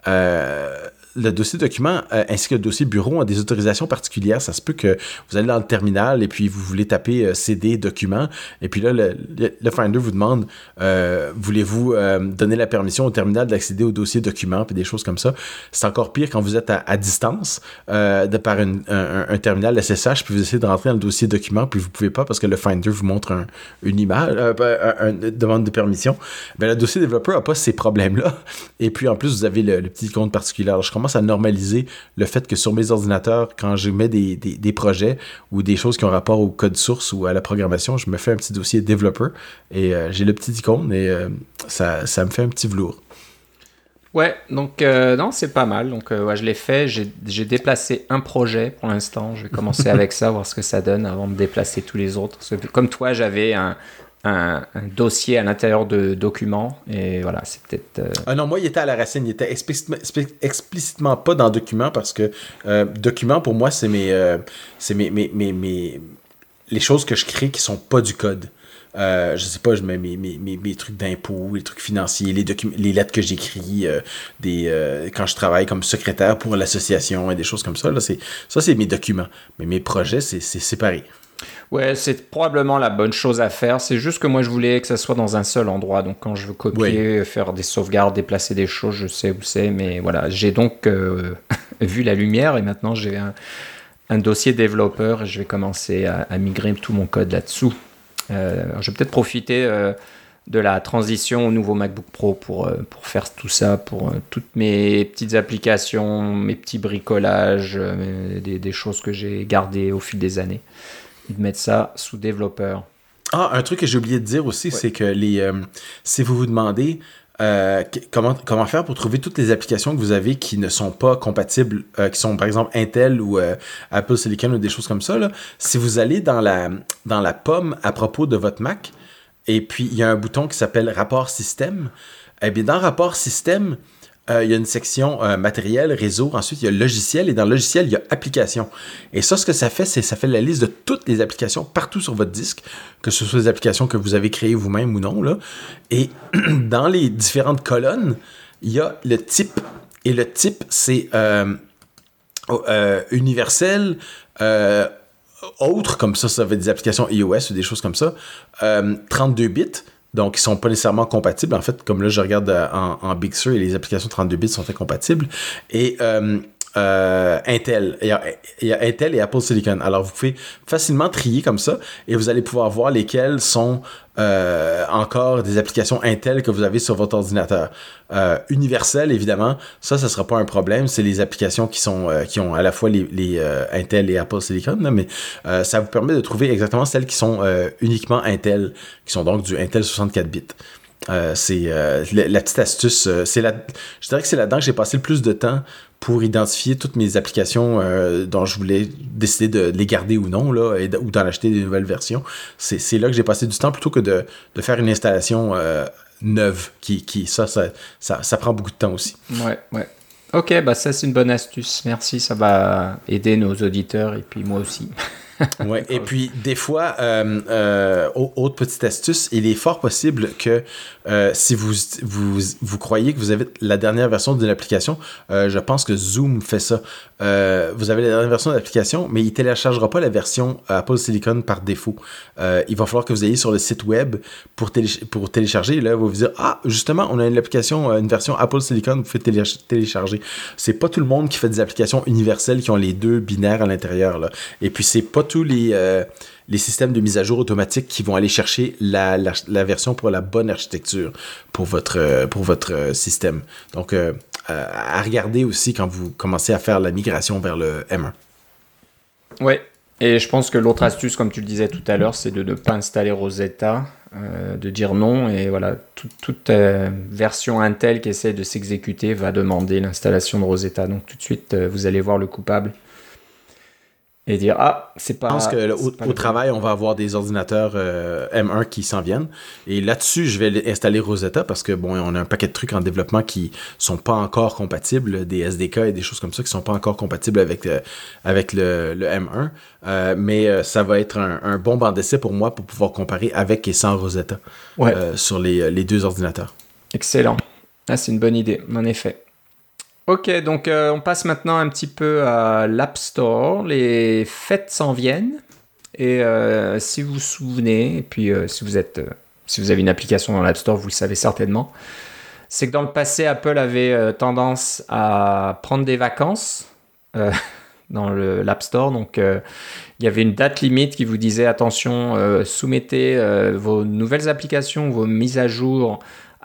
S2: le dossier document ainsi que le dossier bureau ont des autorisations particulières. Ça se peut que vous allez dans le terminal et puis vous voulez taper CD document et puis là, le Finder vous demande voulez-vous donner la permission au terminal d'accéder au dossier document puis des choses comme ça. C'est encore pire quand vous êtes à distance par un terminal SSH puis vous essayez de rentrer dans le dossier document puis vous pouvez pas parce que le Finder vous montre une image, une demande de permission. Ben, le dossier développeur n'a pas ces problèmes-là. Et puis en plus, vous avez le petit compte particulier. Alors, je commence à normaliser le fait que sur mes ordinateurs, quand je mets des projets ou des choses qui ont rapport au code source ou à la programmation, je me fais un petit dossier développeur et j'ai le petit icône et ça me fait un petit velours.
S1: Ouais, donc non, c'est pas mal. Donc ouais, je l'ai fait. J'ai déplacé un projet pour l'instant. Je vais commencer avec ça, voir ce que ça donne avant de déplacer tous les autres. Comme toi, j'avais un dossier à l'intérieur de documents et voilà, c'est peut-être...
S2: Ah non, moi, il était à la racine. Il était explicitement pas dans document parce que document, pour moi, c'est les choses que je crée qui sont pas du code. Je sais pas, je mets mes trucs d'impôts, les trucs financiers, les lettres que j'écris, quand je travaille comme secrétaire pour l'association et des choses comme ça. Là, c'est mes documents. Mais mes projets, c'est séparé.
S1: Ouais, c'est probablement la bonne chose à faire. C'est juste que moi, je voulais que ça soit dans un seul endroit. Donc, quand je veux copier, faire des sauvegardes, déplacer des choses, je sais où c'est. Mais voilà, j'ai donc vu la lumière et maintenant, j'ai un dossier développeur et je vais commencer à migrer tout mon code là-dessous. Je vais peut-être profiter de la transition au nouveau MacBook Pro pour faire tout ça, pour toutes mes petites applications, mes petits bricolages, des choses que j'ai gardées au fil des années. Et de mettre ça sous développeur.
S2: Ah, un truc que j'ai oublié de dire aussi, c'est que si vous vous demandez comment faire pour trouver toutes les applications que vous avez qui ne sont pas compatibles, qui sont par exemple Intel ou Apple Silicon ou des choses comme ça, là, si vous allez dans la pomme à propos de votre Mac, et puis il y a un bouton qui s'appelle Rapport système, eh bien dans Rapport système, il y a une section matériel, réseau. Ensuite, il y a logiciel. Et dans logiciel, il y a applications. Et ça, ce que ça fait, c'est ça fait la liste de toutes les applications partout sur votre disque, que ce soit des applications que vous avez créées vous-même ou non, là. Et dans les différentes colonnes, il y a le type. Et le type, c'est universel, autre, comme ça va être des applications iOS ou des choses comme ça, 32 bits, donc ils ne sont pas nécessairement compatibles. En fait, comme là, je regarde en Big Sur et les applications 32 bits sont incompatibles. Et Intel. Il y a Intel et Apple Silicon. Alors, vous pouvez facilement trier comme ça et vous allez pouvoir voir lesquelles sont encore des applications Intel que vous avez sur votre ordinateur. Universel, évidemment, ça ne sera pas un problème. C'est les applications qui ont à la fois les Intel et Apple Silicon, là, mais ça vous permet de trouver exactement celles qui sont uniquement Intel, qui sont donc du Intel 64 bits. C'est la petite astuce. Je dirais que c'est là-dedans que j'ai passé le plus de temps pour identifier toutes mes applications dont je voulais décider de les garder ou non, là, ou d'en acheter des nouvelles versions. C'est là que j'ai passé du temps plutôt que de faire une installation neuve. Ça prend beaucoup de temps aussi.
S1: Ouais. Ok, bah ça c'est une bonne astuce. Merci, ça va aider nos auditeurs et puis moi aussi.
S2: Ouais, et puis des fois, autre petite astuce, il est fort possible que si vous croyez que vous avez la dernière version d'une application, je pense que Zoom fait ça. Vous avez la dernière version de l'application, mais il ne téléchargera pas la version Apple Silicon par défaut. Il va falloir que vous ayez sur le site web pour télécharger. Et là, vous vous dire, justement, on a une version Apple Silicon, vous pouvez télécharger. C'est pas tout le monde qui fait des applications universelles qui ont les deux binaires à l'intérieur, là. Et puis, c'est pas tous les systèmes de mise à jour automatique qui vont aller chercher la version pour la bonne architecture pour votre système. Donc, à regarder aussi quand vous commencez à faire la migration vers le M1.
S1: Ouais, et je pense que l'autre astuce, comme tu le disais tout à l'heure, c'est de ne pas installer Rosetta, de dire non, et voilà, toute version Intel qui essaie de s'exécuter va demander l'installation de Rosetta. Donc tout de suite, vous allez voir le coupable. Et dire, c'est pas...
S2: Je pense qu'au travail, on va avoir des ordinateurs M1 qui s'en viennent. Et là-dessus, je vais installer Rosetta parce que, bon, on a un paquet de trucs en développement qui sont pas encore compatibles, des SDK et des choses comme ça qui sont pas encore compatibles avec le M1. Mais ça va être un bon banc d'essai pour moi pour pouvoir comparer avec et sans Rosetta sur les deux ordinateurs.
S1: Excellent. C'est une bonne idée, en effet. Ok, donc on passe maintenant un petit peu à l'App Store. Les fêtes s'en viennent. Et si vous vous souvenez, et puis si vous avez une application dans l'App Store, vous le savez certainement, c'est que dans le passé, Apple avait tendance à prendre des vacances dans l'App Store. Donc il y avait une date limite qui vous disait, attention, soumettez vos nouvelles applications, vos mises à jour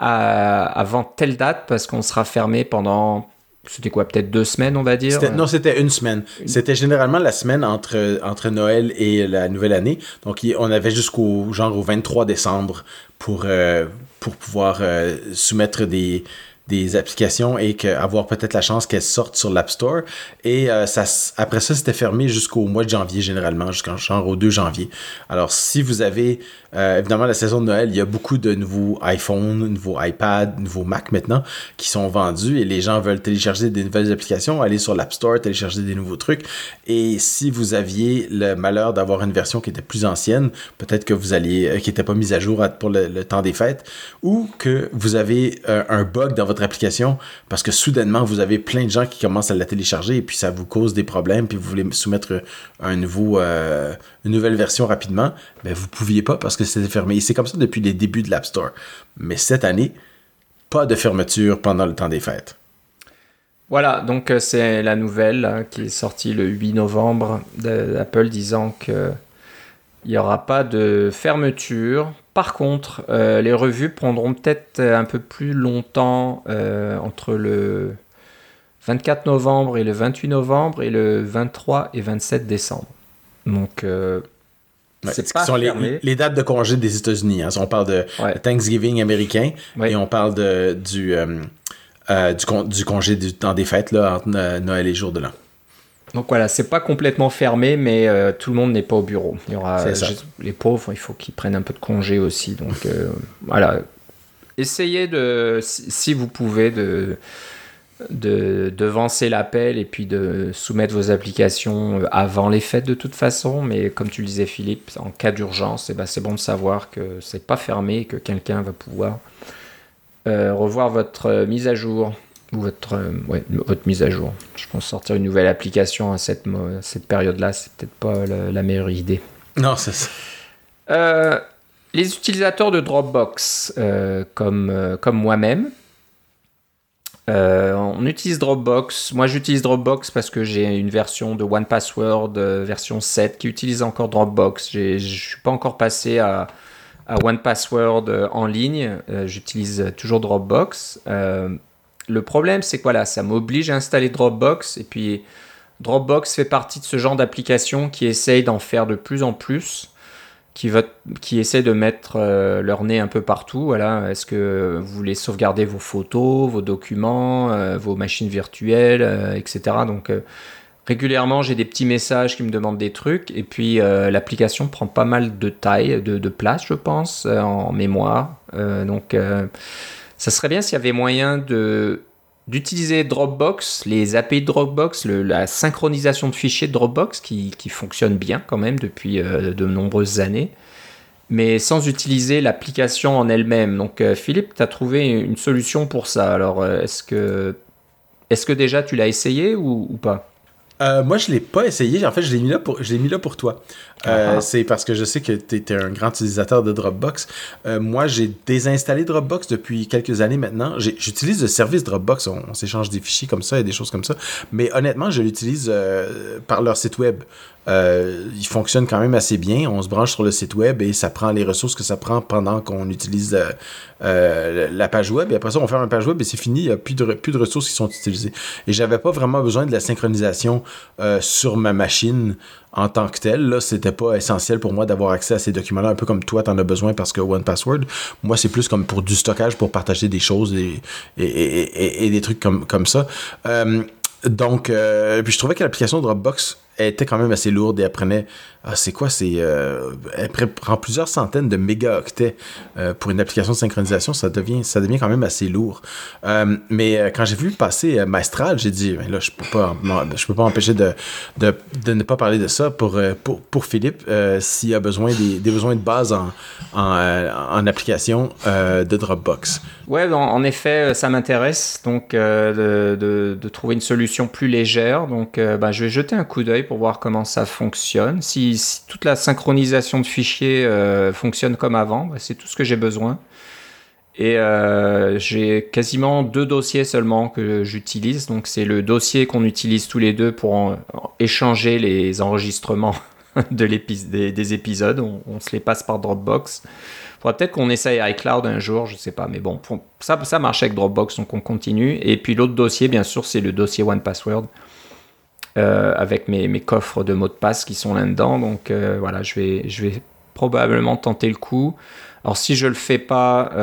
S1: avant telle date, parce qu'on sera fermé pendant... C'était quoi, peut-être 2 semaines, on va dire?
S2: Non, c'était une semaine. C'était généralement la semaine entre Noël et la nouvelle année. Donc, on avait jusqu'au 23 décembre pour pouvoir soumettre des applications et avoir peut-être la chance qu'elles sortent sur l'App Store. Et après ça, c'était fermé jusqu'au mois de janvier, généralement, au 2 janvier. Alors, si vous avez, évidemment, la saison de Noël, il y a beaucoup de nouveaux iPhone, nouveaux iPad, nouveaux Mac maintenant qui sont vendus et les gens veulent télécharger des nouvelles applications, aller sur l'App Store, télécharger des nouveaux trucs. Et si vous aviez le malheur d'avoir une version qui était plus ancienne, peut-être que qui n'était pas mise à jour pour le temps des fêtes, ou que vous avez un bug dans votre application parce que soudainement vous avez plein de gens qui commencent à la télécharger et puis ça vous cause des problèmes puis vous voulez soumettre une nouvelle version rapidement, ben vous pouviez pas parce que c'était fermé. Et c'est comme ça depuis les débuts de l'App Store. Mais cette année, pas de fermeture pendant le temps des fêtes.
S1: Voilà, donc c'est la nouvelle qui est sortie le 8 novembre d'Apple disant que il n'y aura pas de fermeture. Par contre, les revues prendront peut-être un peu plus longtemps entre le 24 novembre et le 28 novembre et le 23 et 27 décembre. Donc, c'est pas fermé.
S2: Les dates de congé des États-Unis. Hein. On parle de Thanksgiving américain et on parle du congé du temps des fêtes là, entre Noël et jour de l'an.
S1: Donc voilà, c'est pas complètement fermé, mais tout le monde n'est pas au bureau. Il y aura les pauvres, il faut qu'ils prennent un peu de congé aussi. Donc voilà, essayez si vous pouvez devancer l'appel et puis de soumettre vos applications avant les fêtes de toute façon. Mais comme tu le disais, Philippe, en cas d'urgence, c'est bon de savoir que c'est pas fermé et que quelqu'un va pouvoir revoir votre mise à jour. Ou votre mise à jour. Je pense sortir une nouvelle application à cette période-là, c'est peut-être pas la meilleure idée.
S2: Non, c'est ça.
S1: Les utilisateurs de Dropbox, comme moi-même, on utilise Dropbox. Moi, j'utilise Dropbox parce que j'ai une version de 1Password, version 7, qui utilise encore Dropbox. Je suis pas encore passé à 1Password en ligne. J'utilise toujours Dropbox. Le problème, c'est que voilà, ça m'oblige à installer Dropbox. Et puis, Dropbox fait partie de ce genre d'application qui essaye d'en faire de plus en plus, qui essaie de mettre leur nez un peu partout. Voilà. Est-ce que vous voulez sauvegarder vos photos, vos documents, vos machines virtuelles, etc. Donc, régulièrement, j'ai des petits messages qui me demandent des trucs. Et puis, l'application prend pas mal de taille, de place, je pense, en mémoire. Donc, ça serait bien s'il y avait moyen d'utiliser Dropbox, les API de Dropbox, la synchronisation de fichiers de Dropbox qui fonctionne bien quand même depuis de nombreuses années, mais sans utiliser l'application en elle-même. Donc Philippe, tu as trouvé une solution pour ça. Alors est-ce que déjà tu l'as essayé ou pas?
S2: Moi, je ne l'ai pas essayé. En fait, je l'ai mis là pour toi. C'est parce que je sais que tu étais un grand utilisateur de Dropbox. Moi, j'ai désinstallé Dropbox depuis quelques années maintenant. J'utilise le service Dropbox. On s'échange des fichiers comme ça et des choses comme ça. Mais honnêtement, je l'utilise par leur site web. Il fonctionne quand même assez bien. On se branche sur le site web et ça prend les ressources que ça prend pendant qu'on utilise la page web. Et après ça, on fait une page web et c'est fini. Il n'y a plus de ressources qui sont utilisées. Et j'avais pas vraiment besoin de la synchronisation sur ma machine en tant que telle. Là, c'était pas essentiel pour moi d'avoir accès à ces documents-là, un peu comme toi, t'en as besoin parce que 1Password. Moi, c'est plus comme pour du stockage, pour partager des choses et des trucs comme ça. Donc, puis je trouvais que l'application Dropbox était quand même assez lourde et elle prenait, elle prend plusieurs centaines de mégaoctets pour une application de synchronisation, ça devient quand même assez lourd. Mais quand j'ai vu passer Maestral, j'ai dit, là, je peux pas empêcher de ne pas parler de ça pour Philippe s'il y a besoin des besoins de base en application de Dropbox.
S1: Ouais, en effet, ça m'intéresse donc de trouver une solution plus légère. Donc, je vais jeter un coup d'œil pour voir comment ça fonctionne. Si toute la synchronisation de fichiers fonctionne comme avant, c'est tout ce que j'ai besoin. Et j'ai quasiment 2 dossiers seulement que j'utilise. Donc, c'est le dossier qu'on utilise tous les deux pour échanger les enregistrements des épisodes. On se les passe par Dropbox. Faudrait peut-être qu'on essaye iCloud un jour, je sais pas, mais bon, ça marche avec Dropbox, donc on continue. Et puis l'autre dossier, bien sûr, c'est le dossier 1Password, avec mes coffres de mots de passe qui sont là-dedans. Donc voilà, je vais probablement tenter le coup. Alors si je le fais pas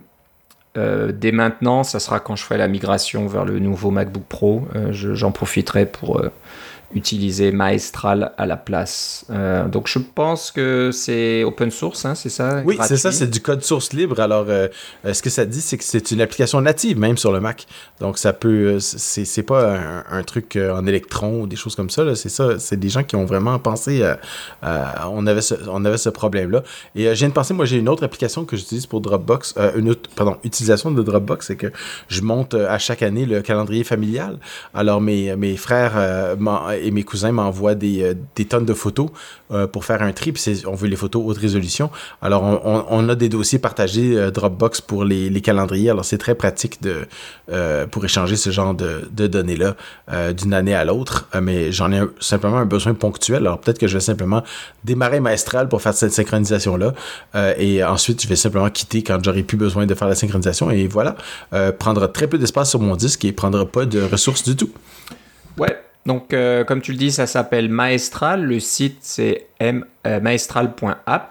S1: dès maintenant, ça sera quand je ferai la migration vers le nouveau MacBook Pro. J'en profiterai pour utiliser Maestral à la place. Donc je pense que c'est open source, hein, c'est ça?
S2: Oui,
S1: gratuit.
S2: c'est ça, c'est du code source libre. Alors, ce que ça dit, c'est que c'est une application native même sur le Mac. Donc ça peut, c'est pas un truc en électron ou des choses comme ça. Là. C'est ça, c'est des gens qui ont vraiment pensé. On avait ce problème-là. Et je viens de penser, moi j'ai une autre application que j'utilise pour Dropbox, utilisation de Dropbox, c'est que je monte à chaque année le calendrier familial. Alors mes frères et mes cousins m'envoient des tonnes de photos pour faire un tri, puis on veut les photos haute résolution. Alors, on a des dossiers partagés Dropbox pour les calendriers. Alors, c'est très pratique pour échanger ce genre de données-là d'une année à l'autre. Mais j'en ai simplement un besoin ponctuel. Alors, peut-être que je vais simplement démarrer Maestral pour faire cette synchronisation-là. Et ensuite, je vais simplement quitter quand j'aurai plus besoin de faire la synchronisation. Et voilà, prendre très peu d'espace sur mon disque et prendra pas de ressources du tout.
S1: Ouais. Donc, comme tu le dis, ça s'appelle Maestral. Le site, c'est maestral.app,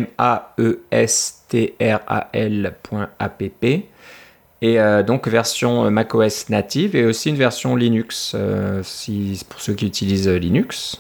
S1: maestral.app. Et donc, version macOS native et aussi une version Linux, pour ceux qui utilisent Linux,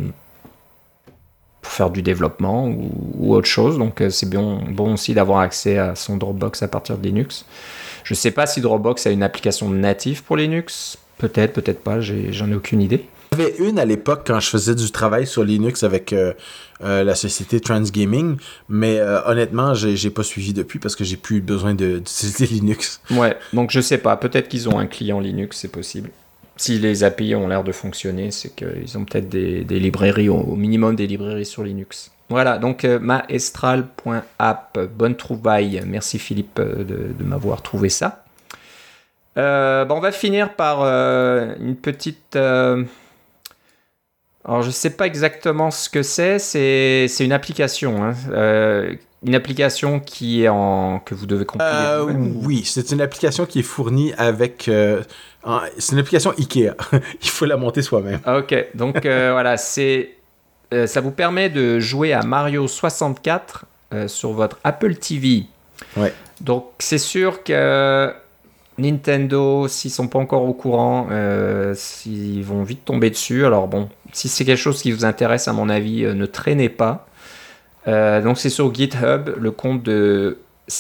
S1: pour faire du développement ou autre chose. Donc, c'est bon aussi d'avoir accès à son Dropbox à partir de Linux. Je sais pas si Dropbox a une application native pour Linux. Peut-être, peut-être pas, j'en ai aucune idée.
S2: Il y en avait une à l'époque quand je faisais du travail sur Linux avec la société Transgaming, mais honnêtement, j'ai pas suivi depuis parce que j'ai plus besoin d'utiliser Linux.
S1: Ouais, donc je sais pas, peut-être qu'ils ont un client Linux, c'est possible. Si les API ont l'air de fonctionner, c'est qu'ils ont peut-être des librairies, au minimum des librairies sur Linux. Voilà, donc maestral.app, bonne trouvaille. Merci Philippe de m'avoir trouvé ça. On va finir par une petite... Alors, je ne sais pas exactement ce que c'est une application. Une application que vous devez compiler.
S2: Oui, c'est une application qui est fournie avec... c'est une application Ikea. Il faut la monter soi-même.
S1: Ok, donc voilà, ça vous permet de jouer à Mario 64 sur votre Apple TV.
S2: Ouais.
S1: Donc, c'est sûr que Nintendo, s'ils ne sont pas encore au courant, ils vont vite tomber dessus. Alors bon, si c'est quelque chose qui vous intéresse, à mon avis, ne traînez pas. Donc c'est sur GitHub, le compte de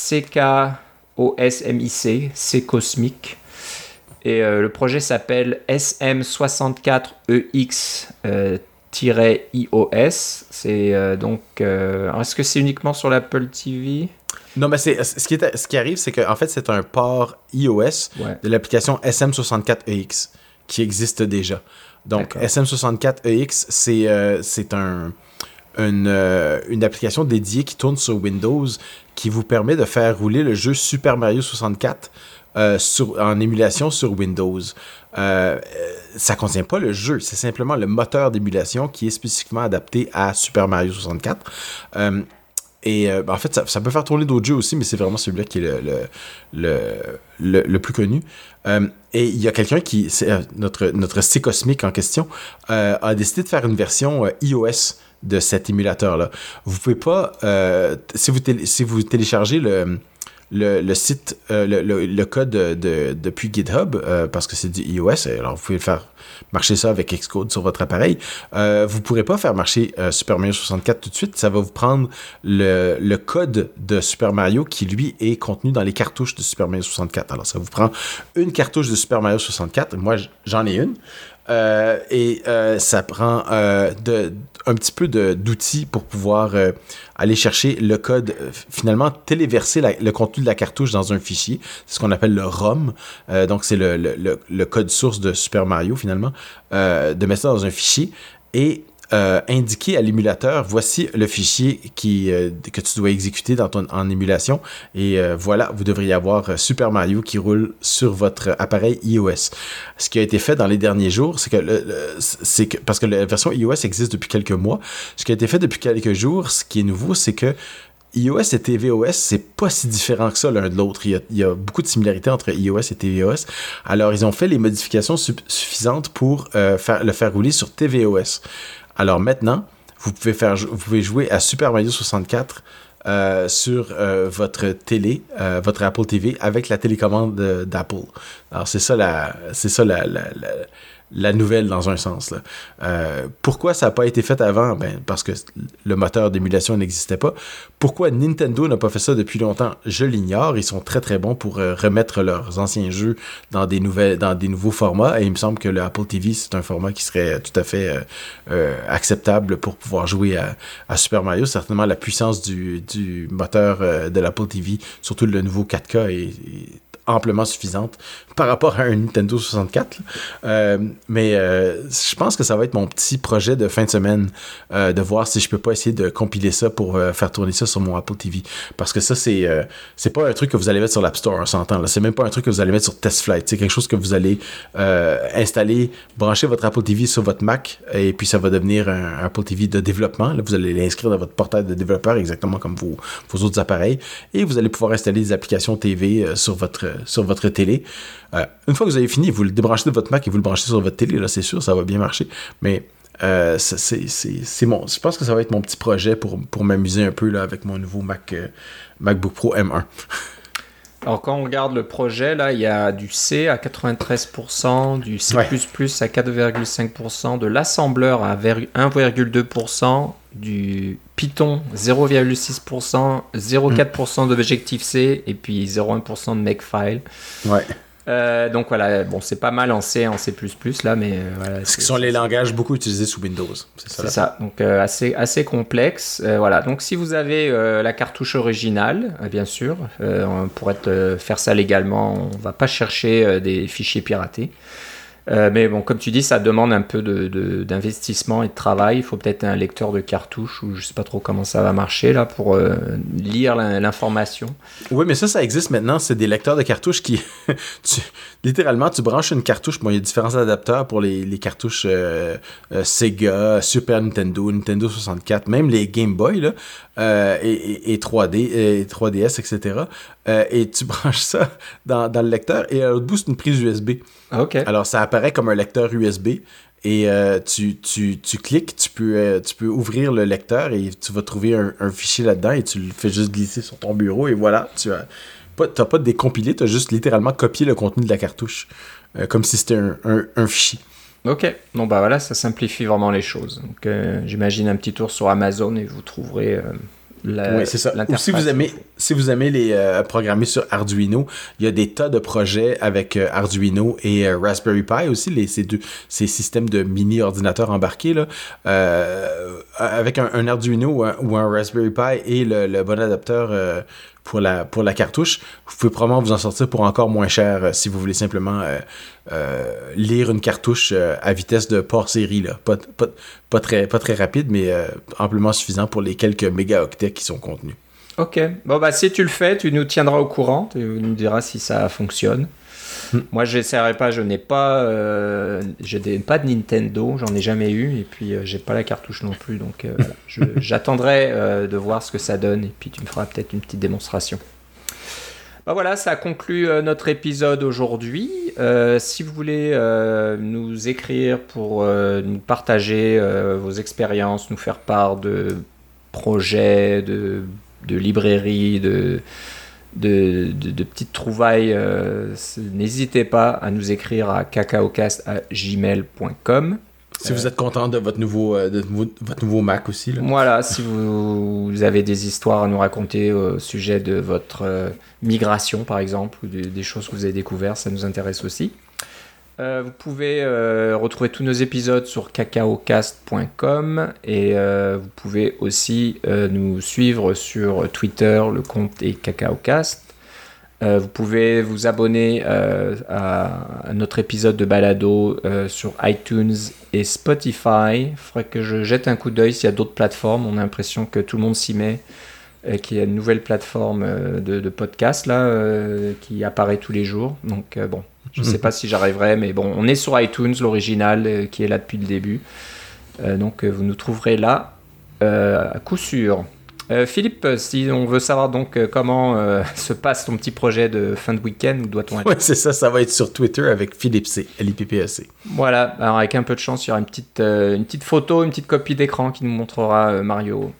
S1: CKOSMIC, C Cosmic. Et le projet s'appelle SM64EX-iOS. C'est donc... alors est-ce que c'est uniquement sur l'Apple TV ?
S2: Non, mais ce qui arrive, c'est qu'en fait, c'est un port iOS de l'application SM64EX qui existe déjà. Donc, SM64EX, c'est une application dédiée qui tourne sur Windows qui vous permet de faire rouler le jeu Super Mario 64 en émulation sur Windows. Ça contient pas le jeu, c'est simplement le moteur d'émulation qui est spécifiquement adapté à Super Mario 64. En fait, ça peut faire tourner d'autres jeux aussi, mais c'est vraiment celui-là qui est le plus connu. Et il y a quelqu'un notre C Cosmic en question, a décidé de faire une version iOS de cet émulateur-là. Vous pouvez pas, si vous téléchargez le site, le code depuis GitHub, parce que c'est du iOS, alors vous pouvez faire marcher ça avec Xcode sur votre appareil. Vous ne pourrez pas faire marcher Super Mario 64 tout de suite. Ça va vous prendre le code de Super Mario qui, lui, est contenu dans les cartouches de Super Mario 64. Alors, ça vous prend une cartouche de Super Mario 64. Moi, j'en ai une. Ça prend un petit peu d'outils pour pouvoir aller chercher le code, finalement téléverser le contenu de la cartouche dans un fichier. C'est ce qu'on appelle le ROM. Donc, c'est le code source de Super Mario, finalement, de mettre ça dans un fichier et indiquer à l'émulateur, voici le fichier que tu dois exécuter en émulation. Et voilà, vous devriez avoir Super Mario qui roule sur votre appareil iOS. Ce qui a été fait dans les derniers jours, c'est que parce que la version iOS existe depuis quelques mois, ce qui a été fait depuis quelques jours, ce qui est nouveau, c'est que iOS et tvOS, c'est pas si différent que ça l'un de l'autre. Il y a beaucoup de similarités entre iOS et tvOS. Alors, ils ont fait les modifications suffisantes pour le faire rouler sur tvOS. Alors maintenant, vous pouvez jouer à Super Mario 64 sur votre télé, votre Apple TV, avec la télécommande d'Apple. Alors c'est ça la nouvelle dans un sens, là. Pourquoi ça n'a pas été fait avant? Parce que le moteur d'émulation n'existait pas. Pourquoi Nintendo n'a pas fait ça depuis longtemps? Je l'ignore. Ils sont très très bons pour remettre leurs anciens jeux dans des nouveaux formats, et il me semble que le Apple TV, c'est un format qui serait tout à fait acceptable pour pouvoir jouer à Super Mario. Certainement, la puissance du moteur de l'Apple TV, surtout le nouveau 4K, est amplement suffisante par rapport à un Nintendo 64. Je pense que ça va être mon petit projet de fin de semaine, de voir si je peux pas essayer de compiler ça pour faire tourner ça sur mon Apple TV. Parce que ça, c'est pas un truc que vous allez mettre sur l'App Store, on s'entend, là. C'est même pas un truc que vous allez mettre sur TestFlight. C'est quelque chose que vous allez installer, brancher votre Apple TV sur votre Mac, et puis ça va devenir un Apple TV de développement. Là, vous allez l'inscrire dans votre portail de développeur, exactement comme vos autres appareils, et vous allez pouvoir installer des applications TV sur votre télé. Une fois que vous avez fini, vous le débranchez de votre Mac et vous le branchez sur votre télé, là, c'est sûr, ça va bien marcher. Mais je pense que ça va être mon petit projet pour m'amuser un peu là, avec mon nouveau MacBook Pro M1.
S1: Alors, quand on regarde le projet, là, il y a du C à 93%, du C++ à 4,5%, de l'assembleur à 1,2%, du Python 0,6%, 0,4% d'Objective-C et puis 0,1% de Makefile.
S2: Ouais.
S1: Donc voilà, bon, c'est pas mal en C, en C++ là, mais voilà.
S2: Ce qui sont les langages beaucoup utilisés sous Windows.
S1: C'est ça, donc assez complexe. Voilà, donc si vous avez la cartouche originale, bien sûr, on pourrait faire ça légalement, on va pas chercher des fichiers piratés. Mais bon, comme tu dis, ça demande un peu d'investissement et de travail. Il faut peut-être un lecteur de cartouche ou je sais pas trop comment ça va marcher là pour lire l'information.
S2: Oui, mais ça existe maintenant. C'est des lecteurs de cartouches qui... littéralement, tu branches une cartouche. Bon, il y a différents adapteurs pour les cartouches Sega, Super Nintendo, Nintendo 64, même les Game Boy là, et 3D, et 3DS, etc. Et tu branches ça dans le lecteur et à l'autre bout, c'est une prise USB.
S1: OK.
S2: Alors, ça apparaît comme un lecteur USB et tu cliques, tu peux ouvrir le lecteur et tu vas trouver un fichier là-dedans et tu le fais juste glisser sur ton bureau et voilà, t'as pas décompilé, tu as juste littéralement copié le contenu de la cartouche comme si c'était un fichier.
S1: OK. Bon, bah voilà, ça simplifie vraiment les choses. Donc, j'imagine un petit tour sur Amazon et vous trouverez...
S2: Oui, c'est ça. Ou si vous aimez les programmer sur Arduino, il y a des tas de projets avec Arduino et Raspberry Pi aussi, ces systèmes de mini-ordinateurs embarqués, là, avec un Arduino ou un Raspberry Pi et le bon adapteur pour la cartouche, vous pouvez probablement vous en sortir pour encore moins cher si vous voulez simplement lire une cartouche à vitesse de port série, là. Pas très rapide, mais amplement suffisant pour les quelques mégaoctets qui sont contenus.
S1: OK. Bon, bah si tu le fais, tu nous tiendras au courant, tu nous diras si ça fonctionne. Moi, j'essaierai pas, je n'ai pas de Nintendo, j'en ai jamais eu, et puis j'ai pas la cartouche non plus, donc j'attendrai de voir ce que ça donne, et puis tu me feras peut-être une petite démonstration. Bah voilà, ça conclut notre épisode aujourd'hui. Si vous voulez nous écrire pour nous partager vos expériences, nous faire part de projets, de librairies, de petites trouvailles, n'hésitez pas à nous écrire à cacaocast@gmail.com.
S2: Si vous êtes content de votre nouveau Mac aussi. Là.
S1: Voilà, si vous avez des histoires à nous raconter au sujet de votre migration, par exemple, ou des choses que vous avez découvertes, ça nous intéresse aussi. Vous pouvez retrouver tous nos épisodes sur cacaocast.com et vous pouvez aussi nous suivre sur Twitter, le compte est cacaocast. Vous pouvez vous abonner à notre épisode de balado sur iTunes et Spotify. Il faudrait que je jette un coup d'œil s'il y a d'autres plateformes. On a l'impression que tout le monde s'y met, qu'il y a une nouvelle plateforme de podcast là, qui apparaît tous les jours. Donc bon, je ne sais pas si j'arriverai, mais bon, on est sur iTunes, l'original, qui est là depuis le début. Donc vous nous trouverez là à coup sûr. Philippe, si on veut savoir donc comment se passe ton petit projet de fin de week-end, où doit-on aller ?
S2: Oui, c'est ça, ça va être sur Twitter avec Philippe C, L-I-P-P-E-C.
S1: Voilà, alors avec un peu de chance, il y aura une petite photo, une petite copie d'écran qui nous montrera Mario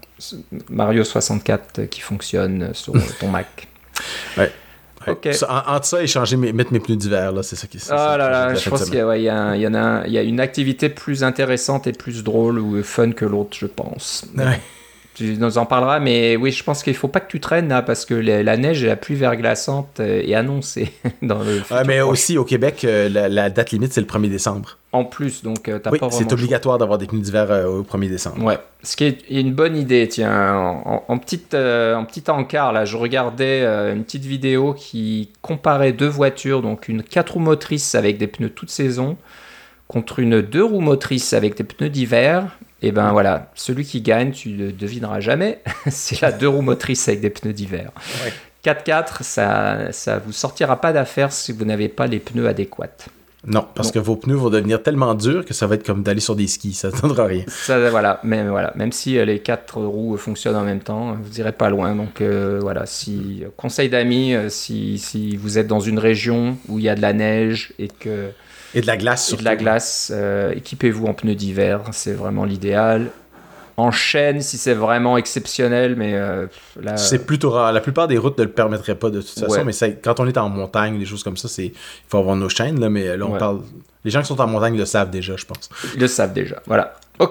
S1: 64 qui fonctionne sur ton Mac.
S2: Ouais.
S1: Okay.
S2: Entre ça et mettre mes pneus d'hiver, là, c'est ça qui est.
S1: Ah là là, je pense qu'il y a une activité plus intéressante et plus drôle ou fun que l'autre, je pense.
S2: Ouais.
S1: Tu nous en parleras, mais oui, je pense qu'il ne faut pas que tu traînes là, parce que la neige et la pluie verglaçante est annoncée dans le futur.
S2: Mais aussi au Québec, la date limite, c'est le 1er décembre.
S1: En plus, donc t'as pas vraiment
S2: c'est obligatoire d'avoir des pneus d'hiver au 1er décembre.
S1: Ouais, ce qui est une bonne idée, tiens. En petit encart, là, je regardais une petite vidéo qui comparait deux voitures, donc une 4 roues motrices avec des pneus toute saison, contre une 2 roues motrices avec des pneus d'hiver. Et ben voilà, celui qui gagne, tu ne devineras jamais, c'est la 2 roues motrices avec des pneus d'hiver. Ouais. 4x4, ça vous sortira pas d'affaire si vous n'avez pas les pneus adéquats.
S2: Non, parce que vos pneus vont devenir tellement durs que ça va être comme d'aller sur des skis, ça ne donnera rien.
S1: Même si les 4 roues fonctionnent en même temps, vous n'irez pas loin. Donc voilà, conseil d'amis, si vous êtes dans une région où il y a de la neige et
S2: de la glace surtout.
S1: Équipez-vous en pneus d'hiver, c'est vraiment l'idéal. En chaîne, si c'est vraiment exceptionnel, mais là...
S2: C'est plutôt rare. La plupart des routes ne le permettraient pas de toute façon, mais quand on est en montagne, des choses comme ça, il faut avoir nos chaînes, là, mais là, on parle... Les gens qui sont en montagne le savent déjà, je pense.
S1: Ils le savent déjà, voilà. OK,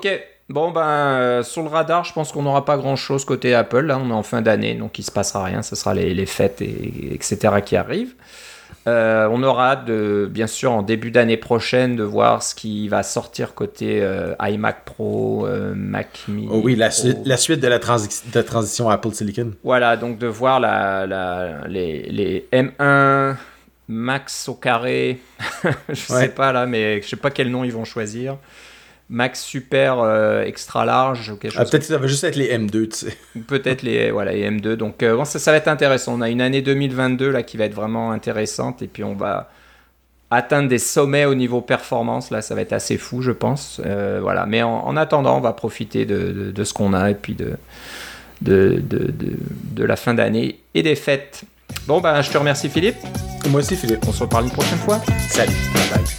S1: Bon, sur le radar, je pense qu'on n'aura pas grand-chose côté Apple. Là, on est en fin d'année, donc il ne se passera rien. Ce sera les fêtes, etc. qui arrivent. On aura bien sûr en début d'année prochaine de voir ce qui va sortir côté iMac Pro, Mac Mini.
S2: Oh oui, la suite de la transition Apple Silicon.
S1: Voilà, donc de voir les M1 Max au carré, je sais pas là, mais je sais pas quel nom ils vont choisir. Max super extra large ou quelque chose.
S2: Peut-être que ça va juste être les M2, tu sais.
S1: Peut-être les M2. Donc ça va être intéressant. On a une année 2022 là qui va être vraiment intéressante et puis on va atteindre des sommets au niveau performance. Là, ça va être assez fou, je pense. Voilà. Mais en attendant, on va profiter de ce qu'on a et puis de la fin d'année et des fêtes. Bon, je te remercie Philippe.
S2: Moi aussi Philippe.
S1: On se reparle une prochaine fois.
S2: Salut.
S1: Bye bye.